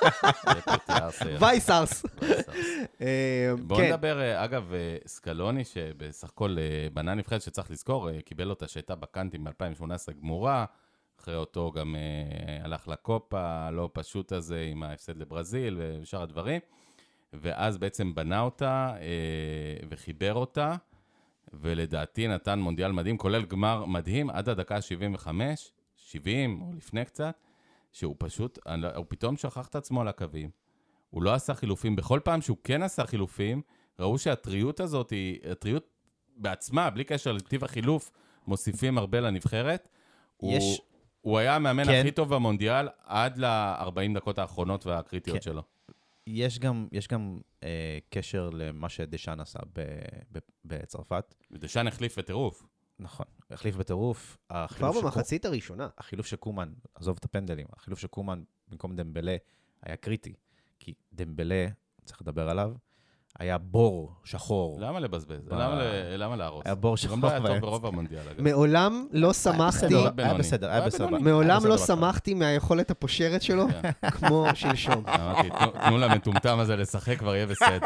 וייס ארס. בואו נדבר, אגב, סקלוני, שבסך הכל בנה נבחרת שצריך לזכור, קיבל אותה שהייתה בקנטים ב-אלפיים שמונה עשרה גמורה, אחרי אותו גם הלך לקופה, הלא פשוט הזה עם ההפסד לברזיל ושאר הדברים, ואז בעצם בנה אותה וחיבר אותה, ולדעתי נתן מונדיאל מדהים, כולל גמר מדהים, עד הדקה שבעים וחמש, שבעים או לפני קצת, שהוא פשוט, הוא פתאום שכח את עצמו על הקווים. הוא לא עשה חילופים. בכל פעם שהוא כן עשה חילופים, ראו שהטריות הזאת היא, הטריות בעצמה, בלי קשר לטיב החילוף, מוסיפים הרבה לנבחרת. יש... הוא, הוא היה המאמן כן. הכי טוב במונדיאל, עד ל-ארבעים דקות האחרונות והקריטיות כן. שלו. יש גם, יש גם אה, קשר למה שדשן עשה ב, ב, בצרפת. דשן החליף בטירוף. נכון, החליף בטירוף. כבר במחצית הראשונה. החילוף של קומן, עזוב את הפנדלים, החילוף של קומן במקום דמבלה היה קריטי, כי דמבלה, צריך לדבר עליו, היה בור שחור. למה לבזבז? למה להרוס? היה בור שחור. גם לא היה טוב ברוב המונדיאל. מעולם לא שמחתי... היה בסדר, היה בסדר. מעולם לא שמחתי מהיכולת הפושרת שלו, כמו שלשום. אמרתי, תנו למטומטם הזה לשחק, כבר יהיה בסדר.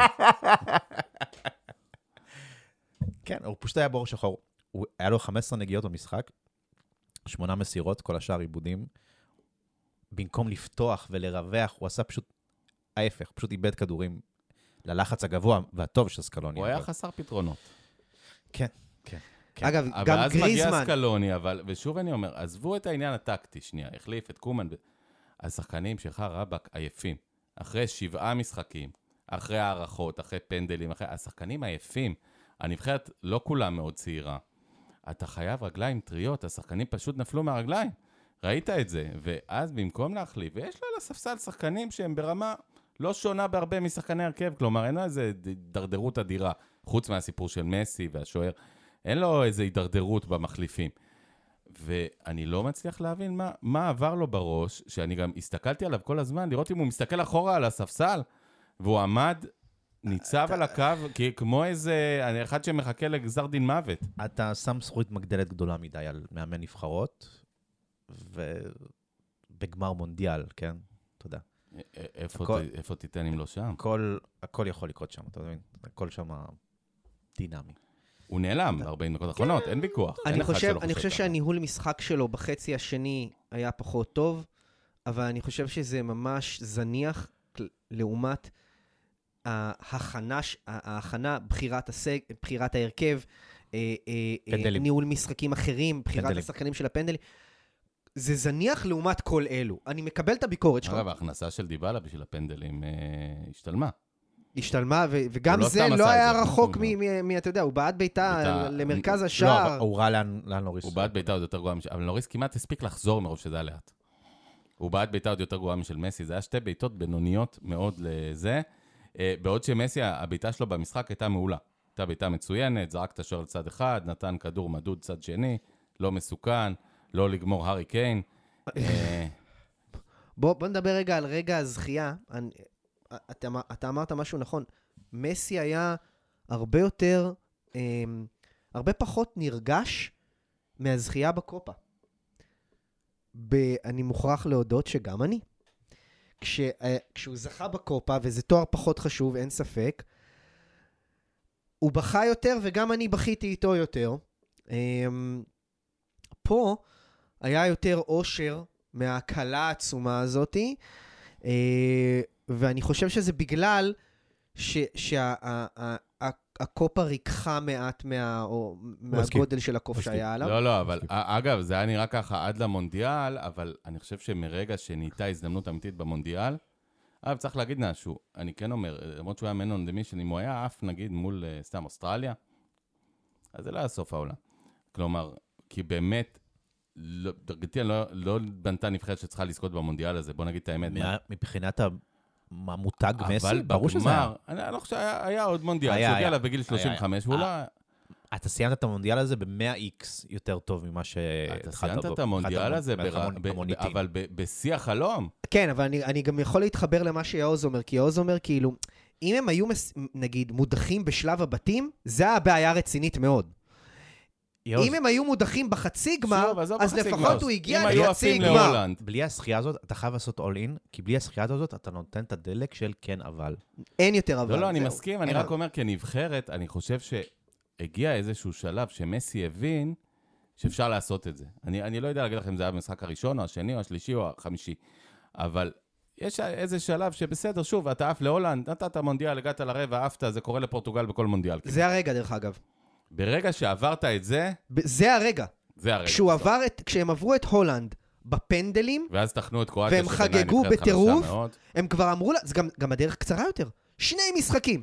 כן, הוא פשוט היה בור שחור. היה לו חמש עשרה נגיעות במשחק, שמונה מסירות, כל השאר עיבודים. במקום לפתוח ולרווח, הוא עשה פשוט ההפך, פשוט איבד כדורים ללחץ הגבוה והטוב של סקלוני. הוא היה חסר פתרונות. כן, כן. אגב, גם אבל אז מגיע גריזמן... סקלוני, אבל, ושוב אני אומר, עזבו את העניין הטקטי, שנייה, החליף את קומן, השחקנים שלך רבק עייפים, אחרי שבעה משחקים, אחרי הערכות, אחרי פנדלים, אחרי... השחקנים עייפים, הנבחרת לא כולם מאוד צעירה. אתה חייב רגליים טריות, השחקנים פשוט נפלו מהרגליים. ראית את זה, ואז במקום להחליף, ויש לו לספסל שחקנים שהם ברמה לא שונה בהרבה משחקני הרכב, כלומר, אין לו איזו דרדרות אדירה, חוץ מהסיפור של מסי והשוער, אין לו איזו הידרדרות במחליפים. ואני לא מצליח להבין מה, מה עבר לו בראש, שאני גם הסתכלתי עליו כל הזמן, לראות אם הוא מסתכל אחורה על הספסל, והוא עמד, ניצב על הקו, כמו איזה, אחד שמחכה לגזר דין מוות. אתה שם זכות מגדלת גדולה מדי על מאמן נבחרות, ובגמר מונדיאל, כן? תודה. איפה תיתן אם לא שם? הכל יכול לקרות שם, אתה מבין? הכל שם דינמי. הוא נעלם ב-ארבעים דקות האחרונות, אין ויכוח. אני חושב שהניהול משחק שלו בחצי השני היה פחות טוב, אבל אני חושב שזה ממש זניח לעומת ההכנה, בחירת ההרכב, ניהול משחקים אחרים, בחירת השחקנים של הפנדלים. זה זניח לעומת כל אלו. אני מקבל את הביקורת שלך. אגב, ההכנסה של דיבאלה בשביל הפנדלים השתלמה. השתלמה, וגם זה לא היה רחוק מ... אתה יודע, הוא בעד ביתה למרכז השער. לא, הוא רע לאן נוריס. הוא בעד ביתה עוד יותר גרועה משל... אבל נוריס כמעט הספיק לחזור מרוב שזה היה לאט. הוא בעד ביתה עוד יותר גרועה משל מסי. זה היה שתי ביתות בינוניות מאוד לזה. בעוד שמסי, הביתה שלו במשחק הייתה מעולה. הייתה ביתה מצוינת, זרק את השוער לצד אחד, נתן כדור מדוד צד שני, לא מסוכן. לא לגמור הארי קיין. בוא נדבר רגע על רגע הזכייה. אתה אמרת משהו נכון. מסי היה הרבה יותר, הרבה פחות נרגש מהזכייה בקופה. אני מוכרח להודות שגם אני. כשהוא זכה בקופה, וזה תואר פחות חשוב, אין ספק, הוא בכה יותר, וגם אני בכיתי איתו יותר. פה היה יותר אושר מההקלה העצומה הזאת, ואני חושב שזה בגלל שהקופה ריקחה מעט מהגודל של הקוף שהיה עליו. לא, לא, אבל אגב, זה היה נראה ככה עד למונדיאל, אבל אני חושב שמרגע שנהייתה הזדמנות אמיתית במונדיאל, אבל צריך להגיד משהו, אני כן אומר, למרות שהוא היה מנון דמישן, אם הוא היה אף נגיד מול סתם אוסטרליה, אז זה לא היה סוף העולם. כלומר, כי באמת, ארגנטינה לא, לא בנתה נבחרת שצריכה לזכות במונדיאל הזה, בוא נגיד את האמת. מבחינת המותג מסי, ברור שזה היה. אני לא חושב שהיה עוד מונדיאל, שהגיע לה בגיל שלושים וחמש, והוא לא... אתה סיימת את המונדיאל הזה ב-מאה איקס יותר טוב ממה שהתחלת בו. אתה סיימת את המונדיאל הזה, אבל בשיא החלום. כן, אבל אני גם יכול להתחבר למה שיעוז אומר, כי יעוז אומר כאילו, אם הם היו, נגיד, מודחים בשלב הבתים, זה הבעיה רצינית מאוד. אם הם היו מודחים בחצי גמר, אז לפחות הוא הגיע לחצי גמר. בלי הזכייה הזאת, אתה חייב לעשות all in, כי בלי הזכייה הזאת, אתה נותן את הדלק של כן אבל. אין יותר אבל. לא, לא, אני מסכים, אני רק אומר, כנבחרת, אני חושב שהגיע איזשהו שלב שמסי הבין שאפשר לעשות את זה. אני לא יודע להגיד לכם אם זה היה במשחק הראשון, או השני, או השלישי, או החמישי. אבל יש איזה שלב שבסדר, שוב, אתה עף להולנד, נתת מונדיאל, הגעת לרבע, עפת, זה קורה לפורטוגל בכל מונדיאל. זה הרגע, דרך אגב. ברגע שעברת את זה... זה הרגע. זה הרגע. כשהוא עבר את, כשהם עברו את הולנד בפנדלים, ואז תחנו את קרואטיה, והם חגגו בטירוף, הם כבר אמרו לה, זה גם, גם הדרך קצרה יותר. שני משחקים.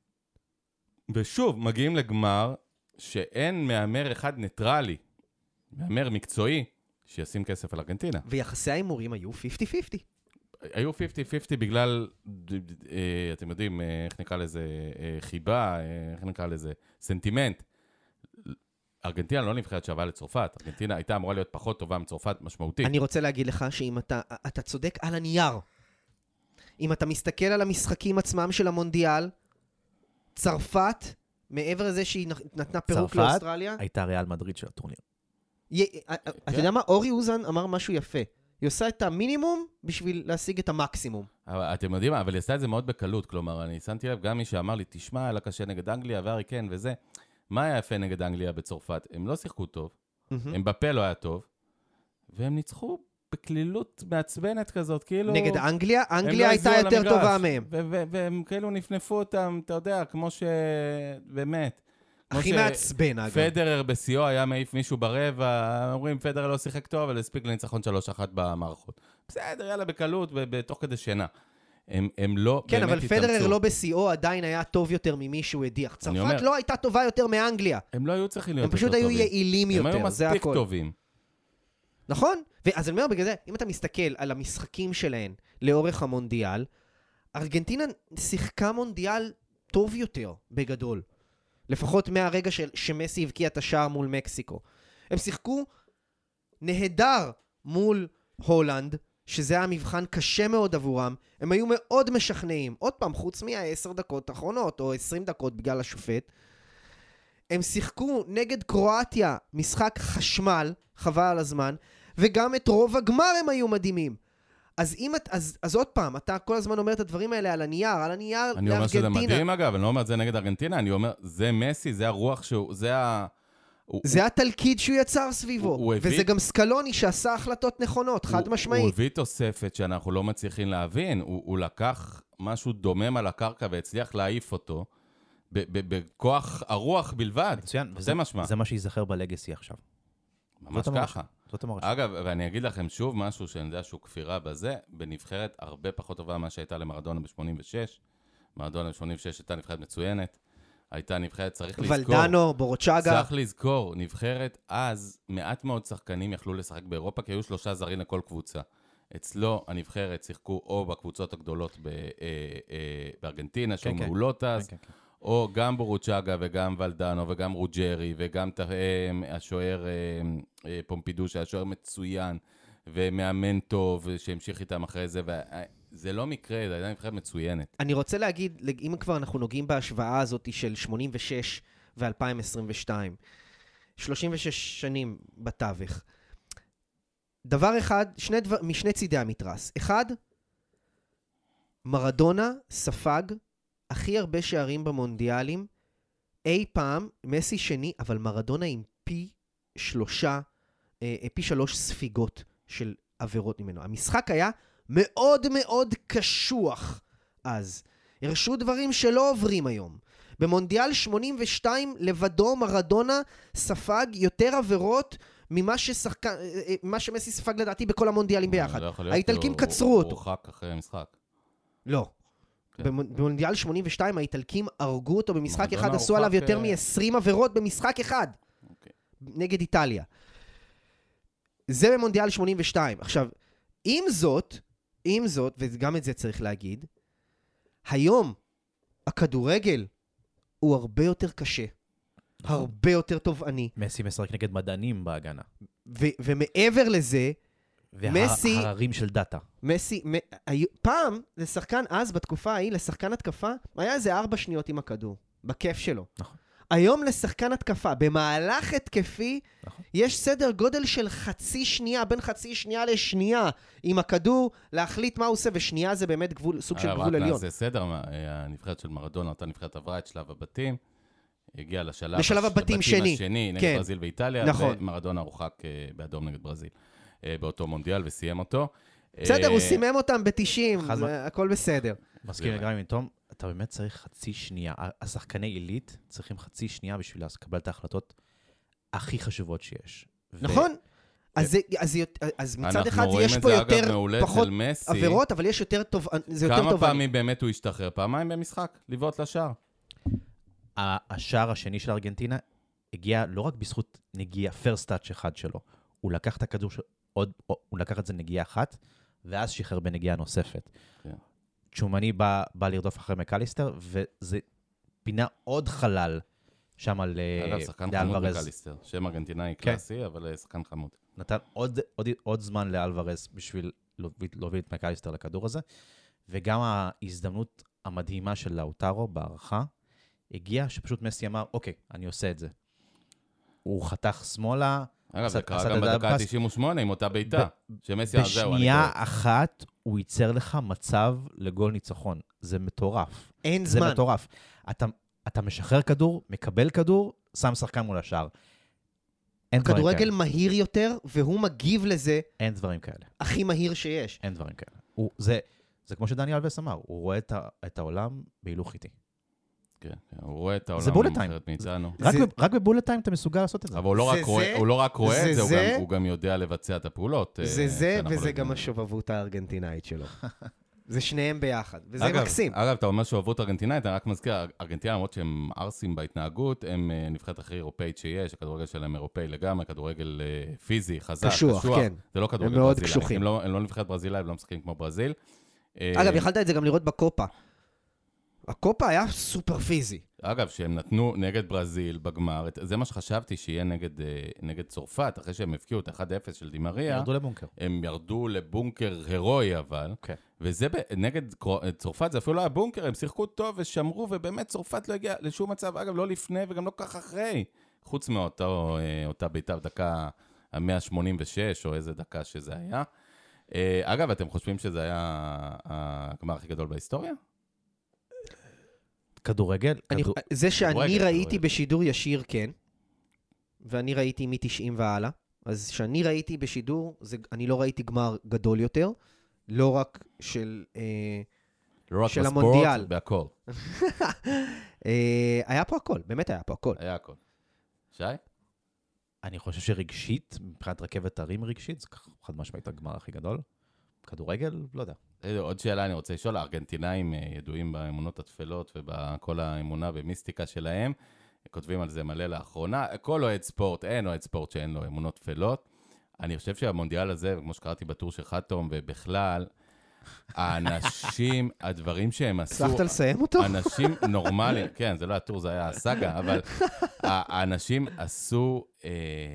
ושוב, מגיעים לגמר שאין מאמר אחד ניטרלי, מאמר מקצועי, שישים כסף על ארגנטינה. ויחסי האימורים היו חמישים חמישים. היו חמישים חמישים בגלל, אתם יודעים, איך נקרא לזה, חיבה, איך נקרא לזה, סנטימנט. ארגנטינה לא נבחרת שווה לצרפת. ארגנטינה הייתה אמורה להיות פחות טובה מצרפת משמעותית. אני רוצה להגיד לך שאם אתה, אתה צודק על הנייר, אם אתה מסתכל על המשחקים עצמם של המונדיאל, צרפת, מעבר לזה שהיא נתנה פירוק לאוסטרליה, צרפת הייתה ריאל מדריד של הטורניר. אתה יודע מה? אורי אוזן אמר משהו יפה. היא עושה את המינימום בשביל להשיג את המקסימום. אתם יודעים, אבל היא עשתה את זה מאוד בקלות. כלומר, אני שמתי לב, גם מי שאמר לי, תשמע, היה לה קשה נגד אנגליה, והרי כן, וזה. מה היה יפה נגד אנגליה בצרפת? הם לא שיחקו טוב, הם בפה לא היה טוב, והם ניצחו בכלילות מעצבנת כזאת, כאילו... נגד אנגליה? אנגליה הייתה יותר טובה מהם. והם כאילו נפנפו אותם, אתה יודע, כמו ש... באמת. הכי מעצבן, אגב. פדרר בסיוע היה מעיף מישהו ברבע, אומרים, פדרר לא שיחק טוב, אבל הספיק לניצחון שלוש אחת במערכות. בסדר, יאללה, בקלות, בתוך כדי שינה. הם, הם לא כן, באמת אבל פדרר לא בסיוע עדיין היה טוב יותר ממי שהוא הדיח. צרפת אומר, לא הייתה טובה יותר מאנגליה. הם לא היו צריכים להיות יותר טובים. הם פשוט היו יעילים יותר, הם היו מספיק טובים. נכון? אז אני אומר בגלל זה, אם אתה מסתכל על המשחקים שלהן לאורך המונדיאל, ארגנטינה שיחקה מונדיאל טוב יותר, בגדול. לפחות מהרגע של, שמסי הבקיע את השער מול מקסיקו. הם שיחקו נהדר מול הולנד, שזה היה מבחן קשה מאוד עבורם. הם היו מאוד משכנעים. עוד פעם, חוץ מה-עשר דקות האחרונות, או עשרים דקות בגלל השופט. הם שיחקו נגד קרואטיה, משחק חשמל, חבל על הזמן, וגם את רוב הגמר הם היו מדהימים. אז, אם את, אז, אז עוד פעם, אתה כל הזמן אומר את הדברים האלה על הנייר, על הנייר לארגנטינה. אני אומר שזה מדהים אגב, אני לא אומר את זה נגד ארגנטינה, אני אומר, זה מסי, זה הרוח שהוא, זה ה... זה התלכיד שהוא יצר סביבו, וזה גם סקלוני שעשה החלטות נכונות, חד משמעית. הוא הביא תוספת שאנחנו לא מצליחים להבין, הוא לקח משהו דומם על הקרקע והצליח להעיף אותו, בכוח הרוח בלבד. מצוין, זה משמע. זה מה שיזכר בלגסי עכשיו. ממש ככה. אגב, ואני אגיד לכם שוב משהו שאני יודע שהוא כפירה בזה, בנבחרת הרבה פחות טובה מה שהייתה למרדונה ב-שמונים ושש. מרדונה ב-שמונים ושש הייתה נבחרת מצוינת. הייתה נבחרת, צריך לזכור. ולדנו, בורוצ'אגה. צריך לזכור, נבחרת, אז מעט מאוד שחקנים יכלו לשחק באירופה, כי היו שלושה זרים לכל קבוצה. אצלו הנבחרת שיחקו או בקבוצות הגדולות בארגנטינה, שהיו מעולות אז, או גם בורוצ'אגה וגם ולדנו וגם רוג'רי וגם השוער פומפידו, שהיה שוער מצוין ומאמן טוב שהמשיך איתם אחרי זה, זה לא מקרה, זה הייתה נבחרת מצוינת. אני רוצה להגיד, אם כבר אנחנו נוגעים בהשוואה הזאת של שמונים ושש ו-אלפיים עשרים ושתיים, שלושים ושש שנים בתווך. דבר אחד, שני דבר, משני צידי המתרס. אחד, מרדונה ספג הכי הרבה שערים במונדיאלים, אי פעם, מסי שני, אבל מרדונה עם פי שלושה, פי שלוש ספיגות של עבירות ממנו. המשחק היה מאוד מאוד קשוח אז. הרשו דברים שלא עוברים היום. במונדיאל שמונים ושתיים לבדו מרדונה ספג יותר עבירות ממה ששחקן, מה שמסי ספג לדעתי בכל המונדיאלים ביחד. האיטלקים קצרו אותו. הוא הורחק אחרי המשחק. לא. במונדיאל שמונים ושתיים האיטלקים הרגו אותו במשחק אחד, עשו עליו יותר מ-עשרים עבירות במשחק אחד. נגד איטליה. זה במונדיאל שמונים ושתיים. עכשיו, עם זאת, עם זאת, וגם את זה צריך להגיד, היום הכדורגל הוא הרבה יותר קשה. הרבה יותר תובעני. מסי משחק נגד מדענים בהגנה. ומעבר לזה, מסי... והררים של דאטה. מסי, פעם, לשחקן אז, בתקופה ההיא, לשחקן התקפה, היה איזה ארבע שניות עם הכדור, בכיף שלו. נכון. היום לשחקן התקפה, במהלך התקפי, נכון. יש סדר גודל של חצי שנייה, בין חצי שנייה לשנייה, עם הכדור, להחליט מה הוא עושה, ושנייה זה באמת גבול, סוג של גבול עליון. זה סדר, הנבחרת של מרדונה, אותה נבחרת עברה את שלב הבתים, הגיע לשלב, לשלב הבתים שני. השני, נגד כן. ברזיל ואיטליה, נכון. ומרדונה הורחק באדום נגד ברזיל, באותו מונדיאל, וסיים אותו. בסדר, הוא סימם אותם ב-תשעים, הכל בסדר. מסכים לגמרי עם תום, אתה באמת צריך חצי שנייה, השחקני עילית צריכים חצי שנייה בשביל לקבל את ההחלטות הכי חשובות שיש. נכון. אז מצד אחד יש פה יותר, פחות עבירות, אבל יש יותר טוב, זה יותר טוב. כמה פעמים באמת הוא השתחרר? פעמיים במשחק, לבעוט לשער. השער השני של ארגנטינה הגיע לא רק בזכות נגיעה, first touch אחד שלו, הוא לקח את הכדור, הוא לקח את זה נגיעה אחת, ואז שחרר בנגיעה נוספת. צ'ומני בא לרדוף אחרי מקליסטר, וזה פינה עוד חלל שם על לאלוורז. אגב, שחקן חמוד מקליסטר, שם ארגנטינאי קלאסי, אבל שחקן חמוד. נתן עוד זמן לאלוורז בשביל להוביל את מקליסטר לכדור הזה, וגם ההזדמנות המדהימה של לאוטרו בערכה, הגיע שפשוט מסי אמר, אוקיי, אני עושה את זה. הוא חתך שמאלה, אגב, זה קרה גם בדקה תשעים ושמונה עם אותה ביתה, שמסי על זהו. בשנייה אחת הוא ייצר לך מצב לגול ניצחון. זה מטורף. אין זמן. זה מטורף. אתה משחרר כדור, מקבל כדור, שם שחקן מול השאר. כדורגל מהיר יותר, והוא מגיב לזה. אין דברים כאלה. הכי מהיר שיש. אין דברים כאלה. זה כמו שדני אלבס אמר, הוא רואה את העולם בהילוך איטי. כן, הוא רואה את העולם. זה בולט טיים. רק בבולט טיים אתה מסוגל לעשות את זה. אבל הוא לא רק רואה את זה, הוא גם יודע לבצע את הפעולות. זה זה, וזה גם השובבות הארגנטינאית שלו. זה שניהם ביחד, וזה מקסים. אגב, אתה אומר שובבות ארגנטינאית, אני רק מזכיר, ארגנטינה, למרות שהם ארסים בהתנהגות, הם נבחרת הכי אירופאית שיש, הכדורגל שלהם אירופאי לגמרי, כדורגל פיזי, חזק, קשוח. כן. זה לא כדורגל ברזילאי. הם לא נבחרת ברזילאי, הם לא משחקים כמו ברזיל. אגב, יכלת את זה גם לראות בקופה. הקופה היה סופר פיזי. אגב, שהם נתנו נגד ברזיל בגמר, זה מה שחשבתי שיהיה נגד, נגד צורפת, אחרי שהם הפקיעו את אחד אפס של דימריה. ירדו לבונקר. הם ירדו לבונקר הרואי אבל, okay. וזה נגד צורפת, זה אפילו לא היה בונקר, הם שיחקו טוב ושמרו, ובאמת צורפת לא הגיע לשום מצב, אגב, לא לפני וגם לא כך אחרי, חוץ מאותה אותה ביתה בדקה ה-מאה שמונים ושש, או איזה דקה שזה היה. אגב, אתם חושבים שזה היה הגמר הכי גדול בהיסטוריה? כדורגל? אני, כדור... זה שאני כדורגל, ראיתי כדורגל. בשידור ישיר, כן, ואני ראיתי מ-תשעים והלאה, אז שאני ראיתי בשידור, זה, אני לא ראיתי גמר גדול יותר, לא רק של, אה, לא של רק המונדיאל. בהכל. אה, היה פה הכל, באמת היה פה הכל. היה הכל. שי? אני חושב שרגשית, מבחינת רכבת הרים רגשית, זה חד משמעית הגמר הכי גדול. כדורגל, לא יודע. עוד שאלה אני רוצה לשאול, הארגנטינאים ידועים באמונות התפלות ובכל האמונה במיסטיקה שלהם, כותבים על זה מלא לאחרונה, כל אוהד ספורט, אין אוהד ספורט שאין לו אמונות תפלות. אני חושב שהמונדיאל הזה, כמו שקראתי בטור של חתום, ובכלל, האנשים, הדברים שהם עשו... הצלחת לסיים אותו? אנשים נורמליים, כן, זה לא הטור, זה היה הסאגה, אבל האנשים עשו אה,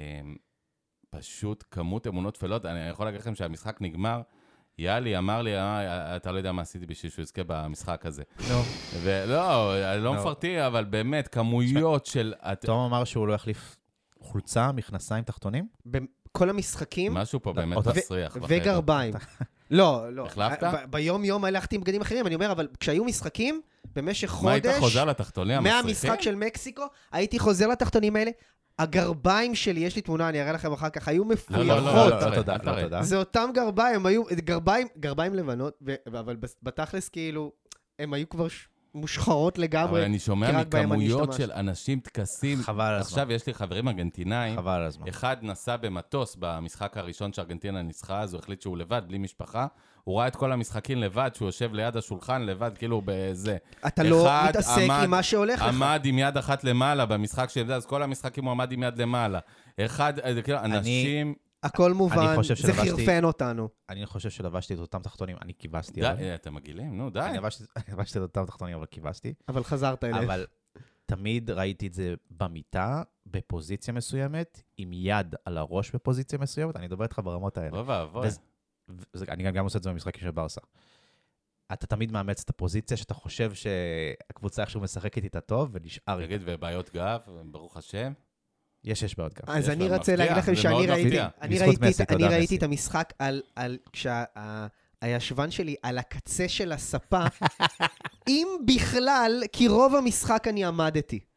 פשוט כמות אמונות תפלות. אני יכול להגיד לכם שהמשחק נגמר, יאלי אמר לי, אתה לא יודע מה עשיתי בשביל שהוא יזכה במשחק הזה. לא. ולא, לא מפרטי, אבל באמת, כמויות של... תום אמר שהוא לא יחליף חולצה, מכנסיים, תחתונים? בכל המשחקים... משהו פה באמת מסריח. וגרביים. לא, לא. החלפת? ביום יום הלכתי עם בגדים אחרים, אני אומר, אבל כשהיו משחקים, במשך חודש... מה היית חוזר לתחתונים המסריחים? מהמשחק של מקסיקו, הייתי חוזר לתחתונים האלה. הגרביים שלי, יש לי תמונה, אני אראה לכם אחר כך, היו מפויחות. לא, לא, לא, תודה, תודה. זה אותם גרביים, היו גרביים, גרביים לבנות, אבל בתכלס כאילו, הם היו כבר מושחרות לגמרי. אבל אני שומע מכמויות של אנשים תקסים. חבל על הזמן. עכשיו יש לי חברים ארגנטינאים. חבל על הזמן. אחד נסע במטוס במשחק הראשון שארגנטינה ניצחה, אז הוא החליט שהוא לבד, בלי משפחה. הוא ראה את כל המשחקים לבד, שהוא יושב ליד השולחן לבד, כאילו בזה. אתה לא מתעסק עם מה שהולך לך. עמד עם יד אחת למעלה במשחק של זה, אז כל המשחקים הוא עמד עם יד למעלה. אחד, כאילו, אנשים... הכל מובן, זה חרפן אותנו. אני חושב שלבשתי את אותם תחתונים, אני כיבסתי. די, אתם מגעילים, נו, די. אני לבשתי את אותם תחתונים, אבל כיבסתי. אבל חזרת אליהם. אבל תמיד ראיתי את זה במיטה, בפוזיציה מסוימת, עם יד על הראש בפוזיציה מסוימת, אני אדבר איתך ברמות האלה. אוי ואבוי. אני גם עושה את זה במשחקים של ברסה. אתה תמיד מאמץ את הפוזיציה שאתה חושב שהקבוצה איכשהו משחקת איתה טוב, ונשאר איתה. תגיד, ובעיות גב, ברוך השם. יש, יש בעיות גב. אז אני רוצה להגיד לכם שאני ראיתי, אני ראיתי את המשחק על, כשהישבן שלי על הקצה של הספה, אם בכלל, כי רוב המשחק אני עמדתי.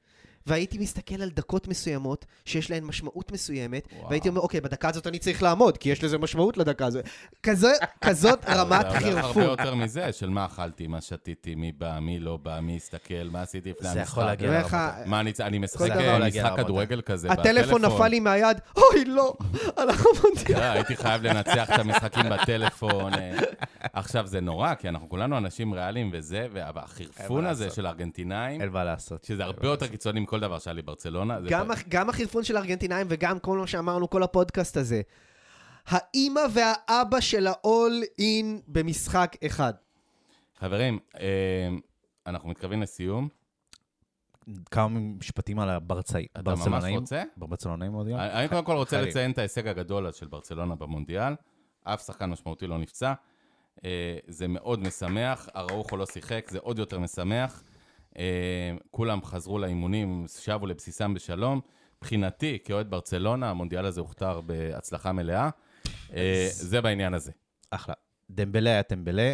והייתי מסתכל על דקות מסוימות, שיש להן משמעות מסוימת, והייתי אומר, אוקיי, בדקה הזאת אני צריך לעמוד, כי יש לזה משמעות לדקה הזאת. כזאת רמת חירפון. הרבה יותר מזה, של מה אכלתי, מה שתיתי, מי בא, מי לא בא, מי הסתכל, מה עשיתי לפני המשחק. זה יכול להגיע לרמת. מה, אני משחק משחק כדורגל כזה, הטלפון נפל לי מהיד, אוי, לא, אנחנו מונדיאל. הייתי חייב לנצח את המשחקים בטלפון. עכשיו זה נורא, כי אנחנו כולנו אנשים ריאליים וזה, והחירפון הזה של הארגנטינאים, אין מה לעשות. שזה הרבה יותר קיצוני מכל דבר שהיה לי ברצלונה. גם החירפון של הארגנטינאים וגם כל מה שאמרנו, כל הפודקאסט הזה. האמא והאבא של ה-all in במשחק אחד. חברים, אנחנו מתקרבים לסיום. כמה משפטים על הברצלונאים. אתה ממש רוצה? ברצלונאים מונדיאל? אני קודם כל רוצה לציין את ההישג הגדול של ברצלונה במונדיאל. אף שחקן משמעותי לא נפצע. זה מאוד משמח. אראוחו לא שיחק, זה עוד יותר משמח. כולם חזרו לאימונים, שבו לבסיסם בשלום. מבחינתי, כאוהד ברצלונה, המונדיאל הזה הוכתר בהצלחה מלאה. זה בעניין הזה. אחלה. דמבלה היה דמבלה.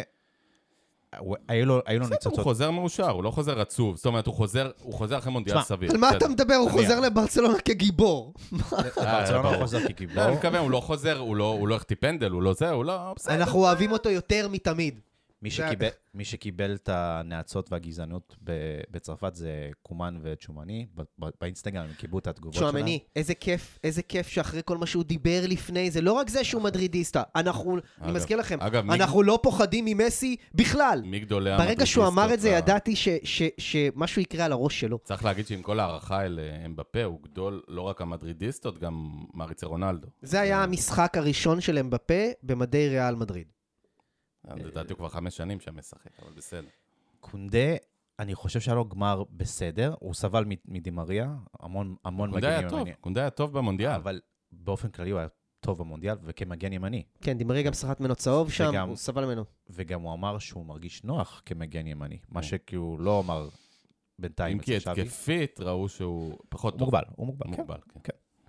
היו לו ניצוצות. הוא חוזר מאושר, הוא לא חוזר עצוב. זאת אומרת, הוא חוזר אחרי מונדיאל סביר. על מה אתה מדבר? הוא חוזר לברצלונה כגיבור. ברצלונה לא חוזר כגיבור. אני מתכוון, הוא לא חוזר, הוא לא החטיא פנדל, הוא לא זה, הוא לא... אנחנו אוהבים אותו יותר מתמיד. מי שקיבל את הנאצות והגזענות בצרפת זה קומן וצ'ומני, באינסטגרם הם קיבלו את התגובות שלהם. צ'ומני, איזה כיף, איזה כיף שאחרי כל מה שהוא דיבר לפני, זה לא רק זה שהוא מדרידיסטה, אנחנו, אני מזכיר לכם, אנחנו לא פוחדים ממסי בכלל. ברגע שהוא אמר את זה, ידעתי שמשהו יקרה על הראש שלו. צריך להגיד שעם כל הערכה אל אמבפה, הוא גדול לא רק המדרידיסטות, גם מעריצי רונלדו. זה היה המשחק הראשון של אמבפה במדי ריאל מדריד. לדעתי הוא כבר חמש שנים שם משחק, אבל בסדר. קונדה, אני חושב שהיה לו גמר בסדר, הוא סבל מדימריה, המון, המון מגן ימני. קונדה היה טוב במונדיאל. אבל באופן כללי הוא היה טוב במונדיאל, וכמגן ימני. כן, דימריה גם שחט ממנו צהוב שם, הוא סבל ממנו. וגם הוא אמר שהוא מרגיש נוח כמגן ימני, מה שכאילו לא אמר בינתיים. אם כי התקפית ראו שהוא פחות טוב. מוגבל, הוא מוגבל, כן.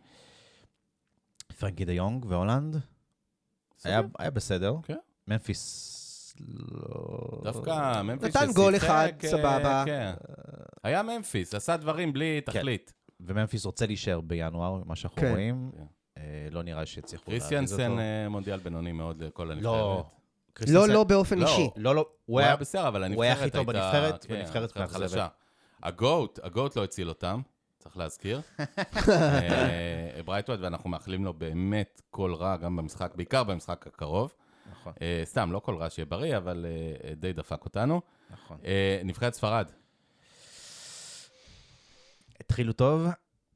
פרנקי דה יונג והולנד, היה בסדר. כן. ממפיס לא... דווקא ממפיס נתן גול אחד, סבבה. היה ממפיס, עשה דברים בלי תכלית. וממפיס רוצה להישאר בינואר, מה שאנחנו רואים. לא נראה שצריך... קריסטיאנסן מונדיאל בינוני מאוד לכל הנבחרת. לא, לא באופן אישי. הוא היה בסדר, אבל הנבחרת הייתה... הוא היה הכי טוב בנבחרת, בנבחרת חלשה. הגוט, הגוט לא הציל אותם, צריך להזכיר. ברייטווייט, ואנחנו מאחלים לו באמת כל רע, גם במשחק, בעיקר במשחק הקרוב. נכון. סתם, לא כל רע שיהיה בריא, אבל די דפק אותנו. נכון. נבחרת ספרד. התחילו טוב.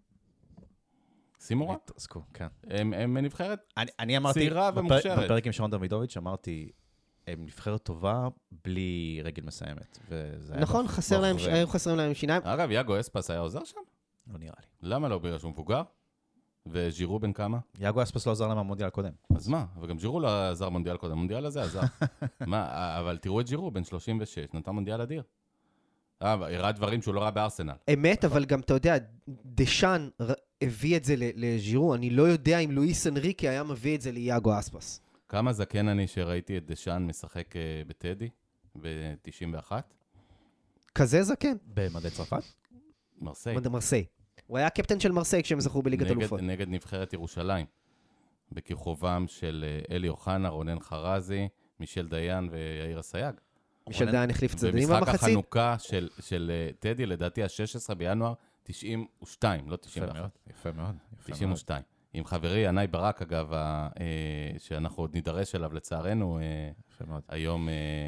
שימו רע. התעסקו, כן. הם נבחרת צעירה ומוכשרת. בפרק עם שרון דוידוביץ' אמרתי, הם נבחרת טובה בלי רגל מסיימת. נכון, היו חסרים להם שיניים. אגב, יאגו אספס היה עוזר שם? לא נראה לי. למה לא? בגלל שהוא מבוגר? וז'ירו בן כמה? יאגו אספס לא עזר להם במונדיאל הקודם. אז מה? וגם ג'ירו לא עזר במונדיאל הקודם. המונדיאל הזה עזר. מה? אבל תראו את ג'ירו, בן שלושים ושש, נתן מונדיאל אדיר. הראה דברים שהוא לא ראה בארסנל. אמת, אבל גם אתה יודע, דשאן הביא את זה לג'ירו. אני לא יודע אם לואיס אנריקי היה מביא את זה ליאגו אספס. כמה זקן אני שראיתי את דשאן משחק בטדי ב-תשעים ואחת? כזה זקן? במדי צרפת? מרסיי. מרסיי. הוא היה קפטן של מרסיי כשהם זכו בליגת אלופות. נגד נבחרת ירושלים. בכיכובם של אלי אוחנה, רונן חרזי, מישל דיין ויאיר אסייג. מישל דיין החליף צדדים במחצית. ומשחק החנוכה של טדי, לדעתי ה-שש עשרה בינואר תשעים ושתיים, לא תשעים ואחת. יפה מאוד. תשעים ושתיים. עם חברי ינאי ברק, אגב, שאנחנו עוד נידרש אליו לצערנו, היום,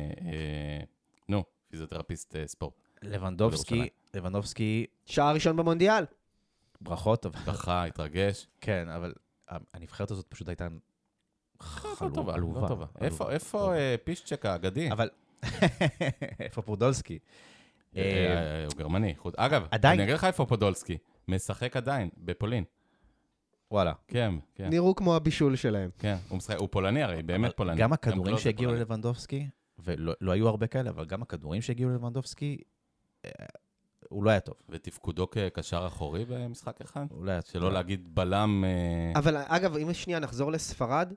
נו, פיזיותרפיסט ספורט. לבנדובסקי, לבנדובסקי... שער ראשון במונדיאל. ברכות. בכה, התרגש. כן, אבל הנבחרת הזאת פשוט הייתה עלובה. לא טובה. איפה פישצ'ק האגדי? אבל... איפה פודולסקי? הוא גרמני. אגב, אני אגיד לך איפה פודולסקי. משחק עדיין, בפולין. וואלה. כן, כן. נראו כמו הבישול שלהם. כן, הוא פולני הרי, באמת פולני. גם הכדורים שהגיעו ללבנדובסקי, ולא היו הרבה כאלה, אבל גם הכדורים שהגיעו ללבנדובסקי, הוא לא היה טוב. ותפקודו כקשר אחורי במשחק אחד? הוא לא היה טוב. שלא להגיד בלם... אבל אגב, אם שנייה נחזור לספרד,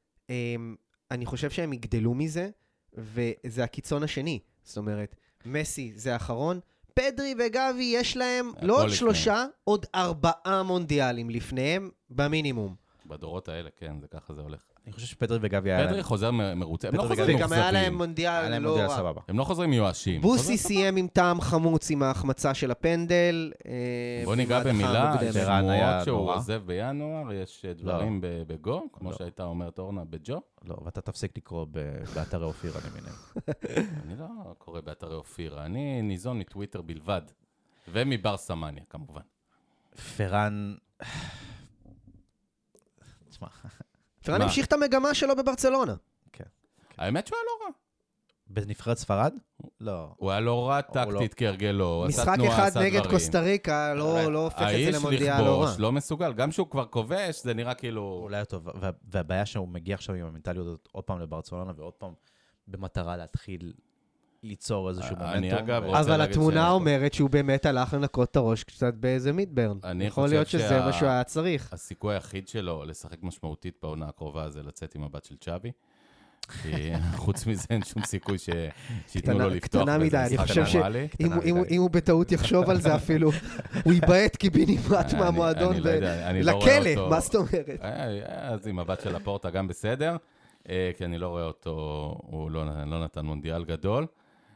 אני חושב שהם יגדלו מזה, וזה הקיצון השני. זאת אומרת, מסי זה האחרון, פדרי וגבי יש להם לא עוד שלושה, עוד ארבעה מונדיאלים לפניהם, במינימום. בדורות האלה, כן, זה ככה זה הולך. אני חושב שפדרי וגבי היה להם... פדרי חוזר מרוצה, הם לא חוזרים מאוכזבים. וגם היה להם מאוכזבים. מונדיאל לא רע. הם לא חוזרים מיואשים. בוסי סיים עם טעם חמוץ עם ההחמצה של הפנדל. בוא ניגע במילה, שמועות שהוא עוזב בינואר, יש דברים בגו, כמו שהייתה אומרת אורנה, בג'ו. לא, ואתה תפסיק לקרוא באתרי אופירה, אני מבין. אני לא קורא באתרי אופירה, אני ניזון מטוויטר בלבד, ומבר סמניה, כמובן. פרן... פרן המשיך את המגמה שלו בברצלונה. כן. האמת שהוא היה לא רע. בנבחרת ספרד? לא. הוא היה לא רע טקטית כהרגלו, משחק אחד נגד קוסטה ריקה, לא הופך את זה למונדיאל לא רע. האיש לכבוש, לא מסוגל, גם שהוא כבר כובש, זה נראה כאילו... אולי טוב, והבעיה שהוא מגיע עכשיו עם המנטליות הזאת עוד פעם לברצלונה, ועוד פעם במטרה להתחיל ליצור איזשהו מומנטום. אבל התמונה אומרת שהוא באמת הלך לנקות את הראש קצת באיזה מידברן. יכול להיות שזה מה שהוא היה צריך. הסיכוי היחיד שלו לשחק משמעותית בעונה הקרובה זה לצאת עם הבת של צ'אבי. חוץ מזה אין שום סיכוי שיתנו לו לפתוח. קטנה מדי, אני חושב שאם הוא בטעות יחשוב על זה אפילו, הוא ייבעט קיבינימט מהמועדון לכלא, מה זאת אומרת? אז עם הבת של הפורטה גם בסדר, כי אני לא רואה אותו, הוא לא נתן מונדיאל גדול.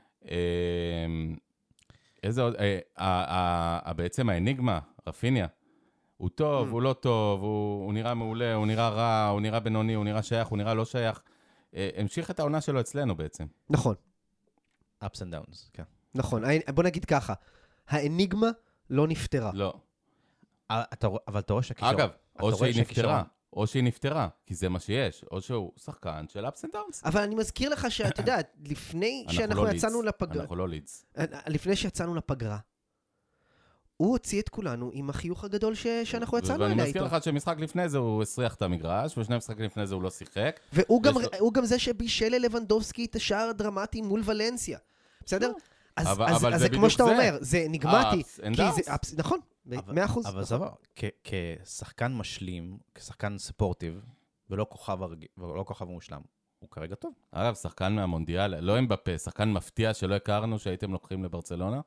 איזה עוד, בעצם האניגמה, רפיניה, הוא טוב, הוא לא טוב, הוא נראה מעולה, הוא נראה רע, הוא נראה בינוני, הוא נראה שייך, הוא נראה לא שייך. המשיך את העונה שלו אצלנו בעצם. נכון. ups and downs, כן. נכון, בוא נגיד ככה, האניגמה לא נפטרה. לא. אבל אתה רואה שהכישרון... אגב, או שהיא נפטרה, או שהיא נפטרה, כי זה מה שיש, או שהוא שחקן של ups and downs. אבל אני מזכיר לך שאתה יודע, לפני שאנחנו יצאנו לפגרה... אנחנו לא לידס. לפני שיצאנו לפגרה, הוא הוציא את כולנו עם החיוך הגדול שאנחנו יצאנו אליה איתו. ואני מזכיר לך שמשחק לפני זה הוא הסריח את המגרש, ושני משחקים לפני זה הוא לא שיחק. והוא גם זה שבישל ללבנדובסקי את השער הדרמטי מול ולנסיה. בסדר? אז זה כמו שאתה אומר, זה נגמתי. נכון, מאה אחוז. אבל זה עבר, כשחקן משלים, כשחקן ספורטיב, ולא כוכב מושלם, הוא כרגע טוב. אגב, שחקן מהמונדיאל, לא אמבפה, שחקן מפתיע שלא הכרנו שהייתם לוקחים לברצלונה.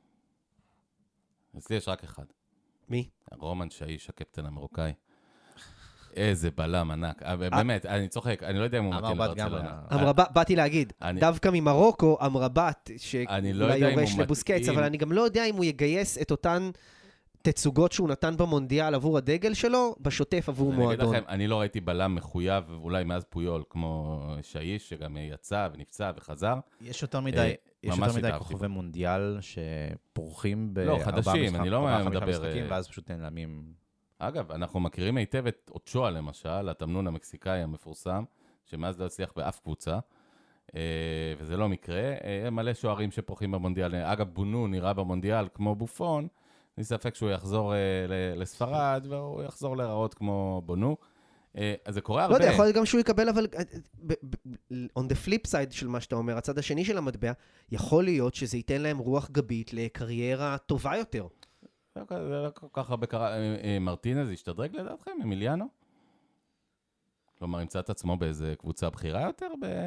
אצלי יש רק אחד. מי? רומן שאיש, הקפטן המרוקאי. איזה בלם ענק. באמת, אני צוחק, אני לא יודע אם הוא מתאים לברצלונה. אמרבת, באתי להגיד, דווקא ממרוקו, אמרבת, שאולי יורש לבוסקץ, אבל אני גם לא יודע אם הוא יגייס את אותן תצוגות שהוא נתן במונדיאל עבור הדגל שלו, בשוטף עבור מועדון. אני אגיד לכם, אני לא ראיתי בלם מחויב, אולי מאז פויול, כמו שאיש, שגם יצא ונפצע וחזר. יש יותר מדי... יש יותר מדי כוכבי מונדיאל שפורחים לא, חדשים, אני לא מדבר... ואז פשוט נעלמים. אגב, אנחנו מכירים היטב את אוצ'ואה למשל, התמנון המקסיקאי המפורסם, שמאז לא הצליח באף קבוצה, וזה לא מקרה. מלא שוערים שפורחים במונדיאל. אגב, בונו נראה במונדיאל כמו בופון, אני ספק שהוא יחזור לספרד, והוא יחזור להיראות כמו בונו. אז זה קורה הרבה. לא יודע, יכול להיות גם שהוא יקבל, אבל on the flip side של מה שאתה אומר, הצד השני של המטבע, יכול להיות שזה ייתן להם רוח גבית לקריירה טובה יותר. זה לא כל כך הרבה קרה. מרטינז השתדרג לדעתכם, אמיליאנו? כלומר, ימצא את עצמו באיזה קבוצה בחירה יותר?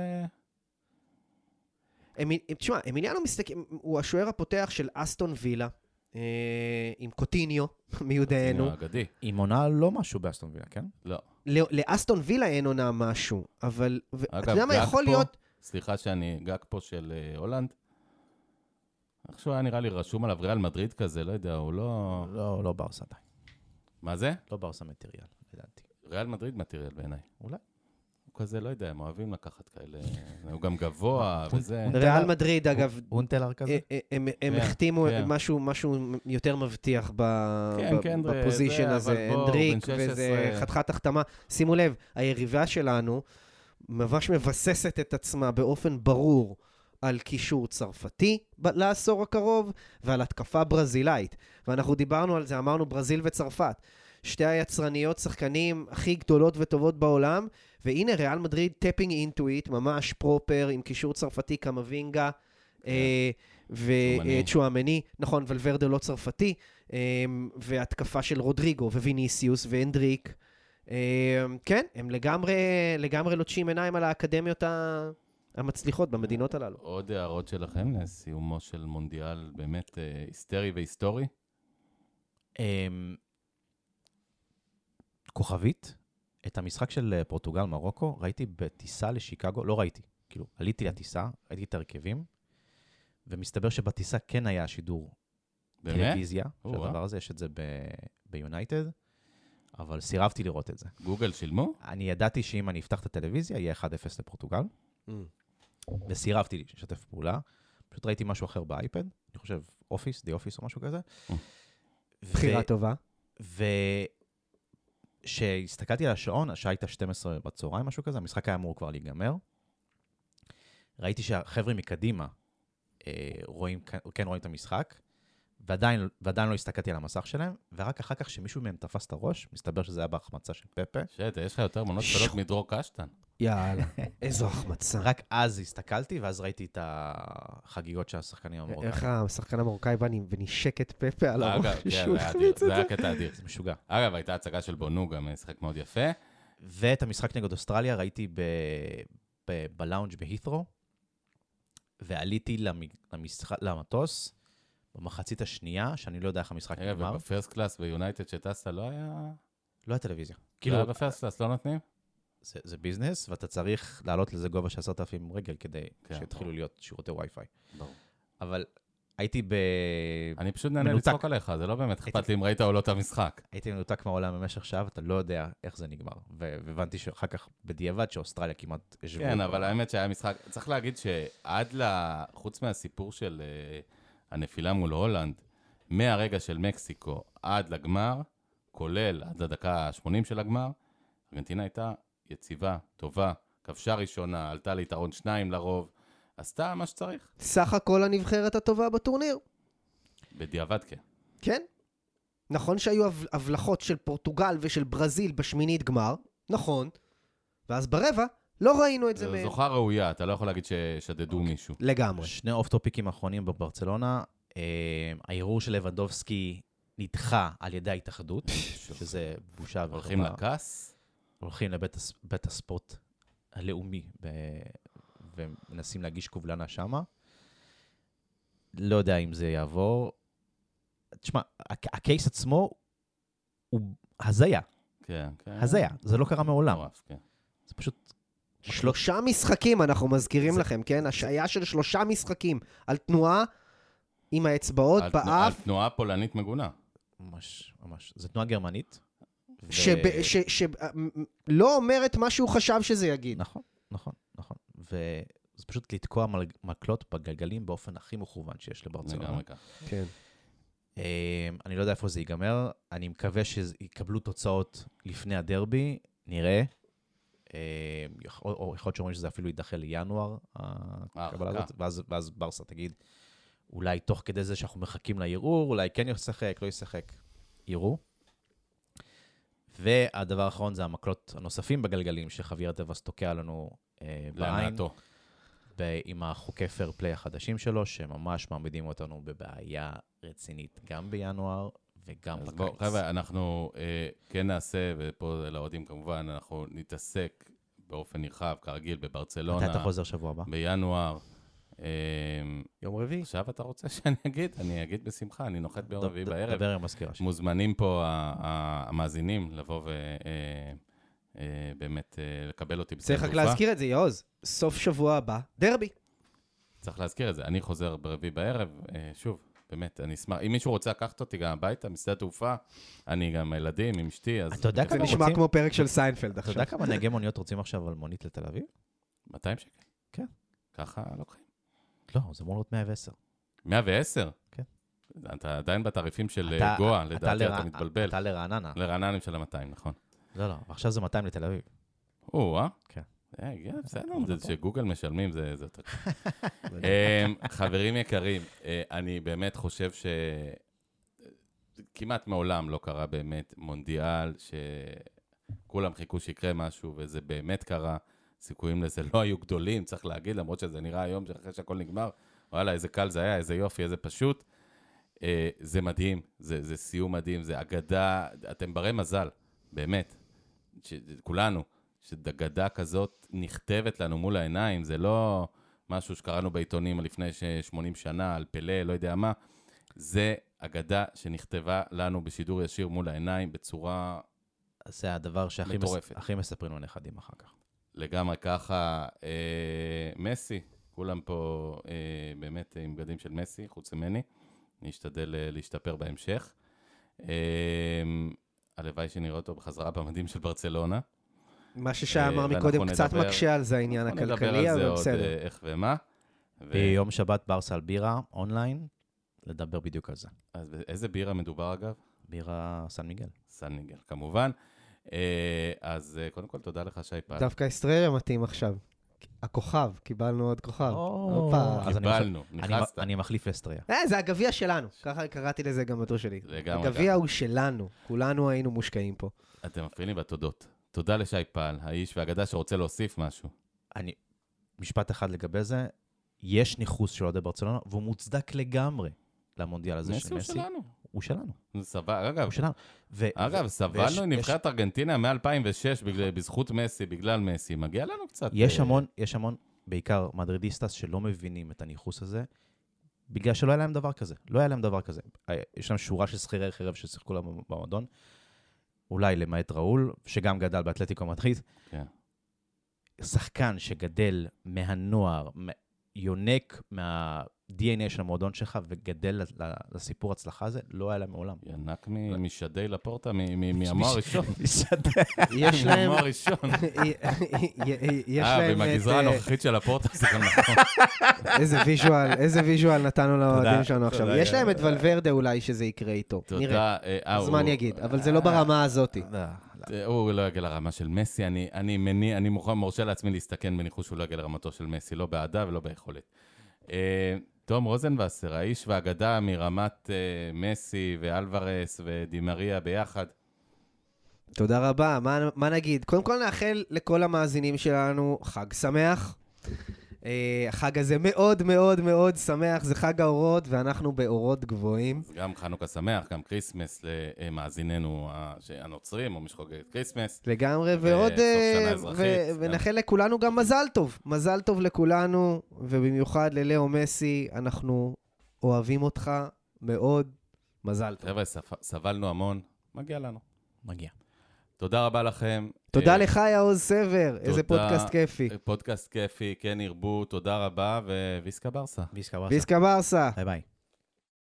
תשמע, אמיליאנו הוא השוער הפותח של אסטון וילה, עם קוטיניו, מיודענו. עם עונה לא משהו באסטון וילה, כן? לא. לאסטון וילה אין עונה משהו, אבל... אתה יודע מה יכול להיות... סליחה שאני גג פה של הולנד. איכשהו היה נראה לי רשום עליו ריאל מדריד כזה, לא יודע, הוא לא... לא, לא ברסה די. מה זה? לא ברסה מטריאל, לדעתי. ריאל מדריד מטריאל בעיניי. אולי. הוא כזה, לא יודע, הם אוהבים לקחת כאלה, הוא גם גבוה וזה... ריאל מדריד, אגב... אונטלר כזה? הם החתימו משהו יותר מבטיח בפוזישן הזה, אנדריק, וזה חתיכת החתמה. שימו לב, היריבה שלנו ממש מבססת את עצמה באופן ברור על קישור צרפתי לעשור הקרוב, ועל התקפה ברזילאית. ואנחנו דיברנו על זה, אמרנו ברזיל וצרפת. שתי היצרניות שחקנים הכי גדולות וטובות בעולם, והנה ריאל מדריד טפינג אינטואיט, ממש פרופר, עם קישור צרפתי כמווינגה, וצ'ואמני, נכון, ולוורדה לא צרפתי, והתקפה של רודריגו וויניסיוס ואנדריק. כן, הם לגמרי, לגמרי לוטשים עיניים על האקדמיות המצליחות במדינות הללו. עוד הערות שלכם לסיומו של מונדיאל באמת היסטרי והיסטורי? כוכבית, את המשחק של פורטוגל מרוקו, ראיתי בטיסה לשיקגו, לא ראיתי, כאילו, עליתי לטיסה, ראיתי את הרכבים, ומסתבר שבטיסה כן היה שידור טלוויזיה, של הדבר הזה, יש את זה ביונייטד, אבל סירבתי לראות את זה. גוגל שילמו? אני ידעתי שאם אני אפתח את הטלוויזיה, יהיה אחד אפס לפורטוגל, וסירבתי לשתף פעולה, פשוט ראיתי משהו אחר באייפד, אני חושב אופיס, די אופיס או משהו כזה. בחירה טובה. וכשהסתכלתי על השעון, השעה הייתה שתים עשרה בצהריים, משהו כזה, המשחק היה אמור כבר להיגמר. ראיתי שהחבר'ה מקדימה רואים, כן רואים את המשחק, ועדיין, ועדיין לא הסתכלתי על המסך שלהם, ורק אחר כך שמישהו מהם תפס את הראש, מסתבר שזה היה בהחמצה של פפה. שאת, יש לך יותר מונות גדולות מדרור קשטן. יאללה, איזו החמצה. רק אז הסתכלתי, ואז ראיתי את החגיגות של השחקנים המרוקאים. איך השחקן המרוקאי בא ונשק את פפה על הראש? אגב, כן, זה היה קטע אדיר. זה משוגע. אגב, הייתה הצגה של בונו, גם משחק מאוד יפה. ואת המשחק נגד אוסטרליה ראיתי בלאונג' בהית'רו, ועליתי למטוס במחצית השנייה, שאני לא יודע איך המשחק נגמר. אגב, בפרסט קלאס ביונייטד שטסת לא היה... לא היה טלוויזיה. לא היה בפרסט קלאס, לא נותנים? זה, זה ביזנס, ואתה צריך לעלות לזה גובה של עשרת אלפים רגל כדי כן, שיתחילו ברור. להיות שירותי וי-פיי. ברור. אבל הייתי ב... אני פשוט נהנה לצחוק עליך, זה לא באמת אכפת לי אם ראית או לא את המשחק. הייתי מנותק מהעולם במשך שעה, ואתה לא יודע איך זה נגמר. והבנתי שאחר כך בדיעבד שאוסטרליה כמעט השבו. כן, אבל האמת שהיה משחק... צריך להגיד שעד ל... חוץ מהסיפור של הנפילה מול הולנד, מהרגע של מקסיקו עד לגמר, כולל עד לדקה ה-שמונים של הגמר, ארגנטינה הייתה יציבה, טובה, כבשה ראשונה, עלתה ליתרון שניים לרוב, עשתה מה שצריך. סך הכל הנבחרת הטובה בטורניר. בדיעבד כן. כן. נכון שהיו הבלחות של פורטוגל ושל ברזיל בשמינית גמר, נכון, ואז ברבע לא ראינו את זה מהם. זוכה ראויה, אתה לא יכול להגיד ששדדו מישהו. לגמרי. שני אוף-טופיקים האחרונים בברצלונה, הערעור של לבנדובסקי נדחה על ידי ההתאחדות, שזה בושה. הולכים לקס? הולכים לבית הספורט הלאומי, ומנסים להגיש קובלנה שמה. לא יודע אם זה יעבור. תשמע, הקייס עצמו הוא הזיה. כן, כן. הזיה, זה לא קרה מעולם. כן. זה פשוט... שלושה משחקים אנחנו מזכירים לכם, כן? השעיה של שלושה משחקים על תנועה עם האצבעות באף. על תנועה פולנית מגונה. ממש, ממש. זו תנועה גרמנית. שלא אומרת מה שהוא חשב שזה יגיד. נכון, נכון, נכון. וזה פשוט לתקוע מקלות בגלגלים באופן הכי מכוון שיש לברצלונה. לגמרי כך. כן. אני לא יודע איפה זה ייגמר. אני מקווה שיקבלו תוצאות לפני הדרבי. נראה. או יכול להיות שאומרים שזה אפילו יידחה לינואר, הקבלה הזאת, ואז ברסה תגיד, אולי תוך כדי זה שאנחנו מחכים לערעור, אולי כן ישחק, לא ישחק, יראו. והדבר האחרון זה המקלות הנוספים בגלגלים, שחביר טבעס תוקע לנו בעין, עם החוקי פייר פליי החדשים שלו, שממש מעמידים אותנו בבעיה רצינית, גם בינואר וגם בקיץ. בואו, חבר'ה, אנחנו אה, כן נעשה, ופה לאוהדים כמובן, אנחנו נתעסק באופן נרחב, כרגיל, בברצלונה. מתי אתה חוזר שבוע הבא? בינואר. אה, יום רביעי. עכשיו אתה רוצה שאני אגיד? אני אגיד בשמחה, אני נוחת ביום רביעי בערב. דבר עם מזכירה שלי. מוזמנים פה המאזינים לבוא ובאמת לקבל אותי בשדה תעופה. צריך רק להזכיר את זה, יעוז. סוף שבוע הבא, דרבי. צריך להזכיר את זה. אני חוזר ברביעי בערב, שוב. באמת, אני אשמח. אם מישהו רוצה לקחת אותי גם הביתה, משדה תעופה, אני גם ילדים, עם אשתי, אז... אתה יודע כמה רוצים? זה נשמע כמו פרק של סיינפלד עכשיו. אתה יודע כמה נהגי מוניות רוצים עכשיו על מונית לתל אביב? מאתיים שקל? כן. ככה לוקחים. לא, זה אמור להיות מאה ועשר. מאה ועשר? כן. אתה עדיין בתעריפים של גואה, לדעתי אתה מתבלבל. אתה לרעננה. לרעננה של ה-מאתיים, נכון. לא, לא, עכשיו זה מאתיים לתל אביב. או, אה? כן. בסדר, זה שגוגל משלמים, זה יותר... חברים יקרים, אני באמת חושב שכמעט מעולם לא קרה באמת מונדיאל, שכולם חיכו שיקרה משהו, וזה באמת קרה. סיכויים לזה לא היו גדולים, צריך להגיד, למרות שזה נראה היום שאחרי שהכל נגמר, וואלה, איזה קל זה היה, איזה יופי, איזה פשוט. זה מדהים, זה סיום מדהים, זה אגדה, אתם ברי מזל, באמת, כולנו. שדגדה כזאת נכתבת לנו מול העיניים, זה לא משהו שקראנו בעיתונים לפני שמונים שנה, על פלא, לא יודע מה, זה אגדה שנכתבה לנו בשידור ישיר מול העיניים בצורה זה הדבר שהכי מטורפת. מס... הכי מספרים לנכדים אחר כך. לגמרי ככה, אה, מסי, כולם פה אה, באמת עם בגדים של מסי, חוץ ממני, אני אשתדל אה, להשתפר בהמשך. אה, הלוואי שנראה אותו בחזרה במדים של ברצלונה. מה ששעה אמר מקודם קצת מקשה על זה העניין הכלכלי, אבל בסדר. עוד איך ומה. ביום שבת ברסה על בירה, אונליין, לדבר בדיוק על זה. אז איזה בירה מדובר אגב? בירה סן מיגל. סן מיגל, כמובן. אז קודם כל, תודה לך, שי פל. דווקא אסטריה מתאים עכשיו. הכוכב, קיבלנו עוד כוכב. קיבלנו, נכנסת. אני מחליף לאסטריה. זה הגביע שלנו, ככה קראתי לזה גם בטור שלי. הגביע הוא שלנו, כולנו היינו מושקעים פה. אתם מפריעים לי בתודות. תודה לשי פל, האיש והאגדה שרוצה להוסיף משהו. אני, משפט אחד לגבי זה, יש ניחוס של אוהדי ברצלונה, והוא מוצדק לגמרי למונדיאל הזה של מסי. מסי הוא שלנו. הוא שלנו. סבבה, אגב. הוא שלנו. אגב, סבלנו עם נבחרת ארגנטינה מ-אלפיים ושש בזכות מסי, בגלל מסי. מגיע לנו קצת... יש המון, יש המון, בעיקר מדרידיסטס, שלא מבינים את הניחוס הזה, בגלל שלא היה להם דבר כזה. לא היה להם דבר כזה. יש להם שורה של שכירי חרב ששיחקו להם במועדון, אולי למעט ראול, שגם גדל באתלטיקו מדריד. כן. שחקן שגדל מהנוער, יונק מה-די אן איי של המועדון שלך, וגדל לסיפור הצלחה הזה, לא היה להם מעולם. ינק משדי לפורטה, מהמוע הראשון. יש להם... מהמוע הראשון. יש אה, להם... במגזרה הנוכחית של הפורטה, זה גם נכון. איזה ויז'ואל נתנו לאוהדים שלנו עכשיו. יש להם את ולוורדה אולי שזה יקרה איתו. נראה. אז מה אני אגיד? אבל זה לא ברמה הזאת. הוא לא יגיע לרמה של מסי, אני מני, אני מורשה לעצמי להסתכן בניחוש שהוא לא יגיע לרמתו של מסי, לא בעדה ולא ביכולת. תום רוזנווסר, האיש והאגדה מרמת מסי ואלוורס ודימריה ביחד. תודה רבה, מה, מה נגיד? קודם כל נאחל לכל המאזינים שלנו חג שמח. החג הזה מאוד מאוד מאוד שמח, זה חג האורות, ואנחנו באורות גבוהים. גם חנוכה שמח, גם קריסמס למאזיננו הנוצרים, או מי שחוגג את קריסמס. לגמרי, ועוד, ונאחל לכולנו גם מזל טוב. מזל טוב לכולנו, ובמיוחד ללאו מסי, אנחנו אוהבים אותך מאוד. מזל טוב. חבר'ה, סבלנו המון, מגיע לנו. מגיע. תודה רבה לכם. תודה לך, יעוז סבר, איזה פודקאסט כיפי. פודקאסט כיפי, כן ירבו, תודה רבה, וויסקה ברסה. ויסקה ברסה. ויסקה ברסה. ביי ביי.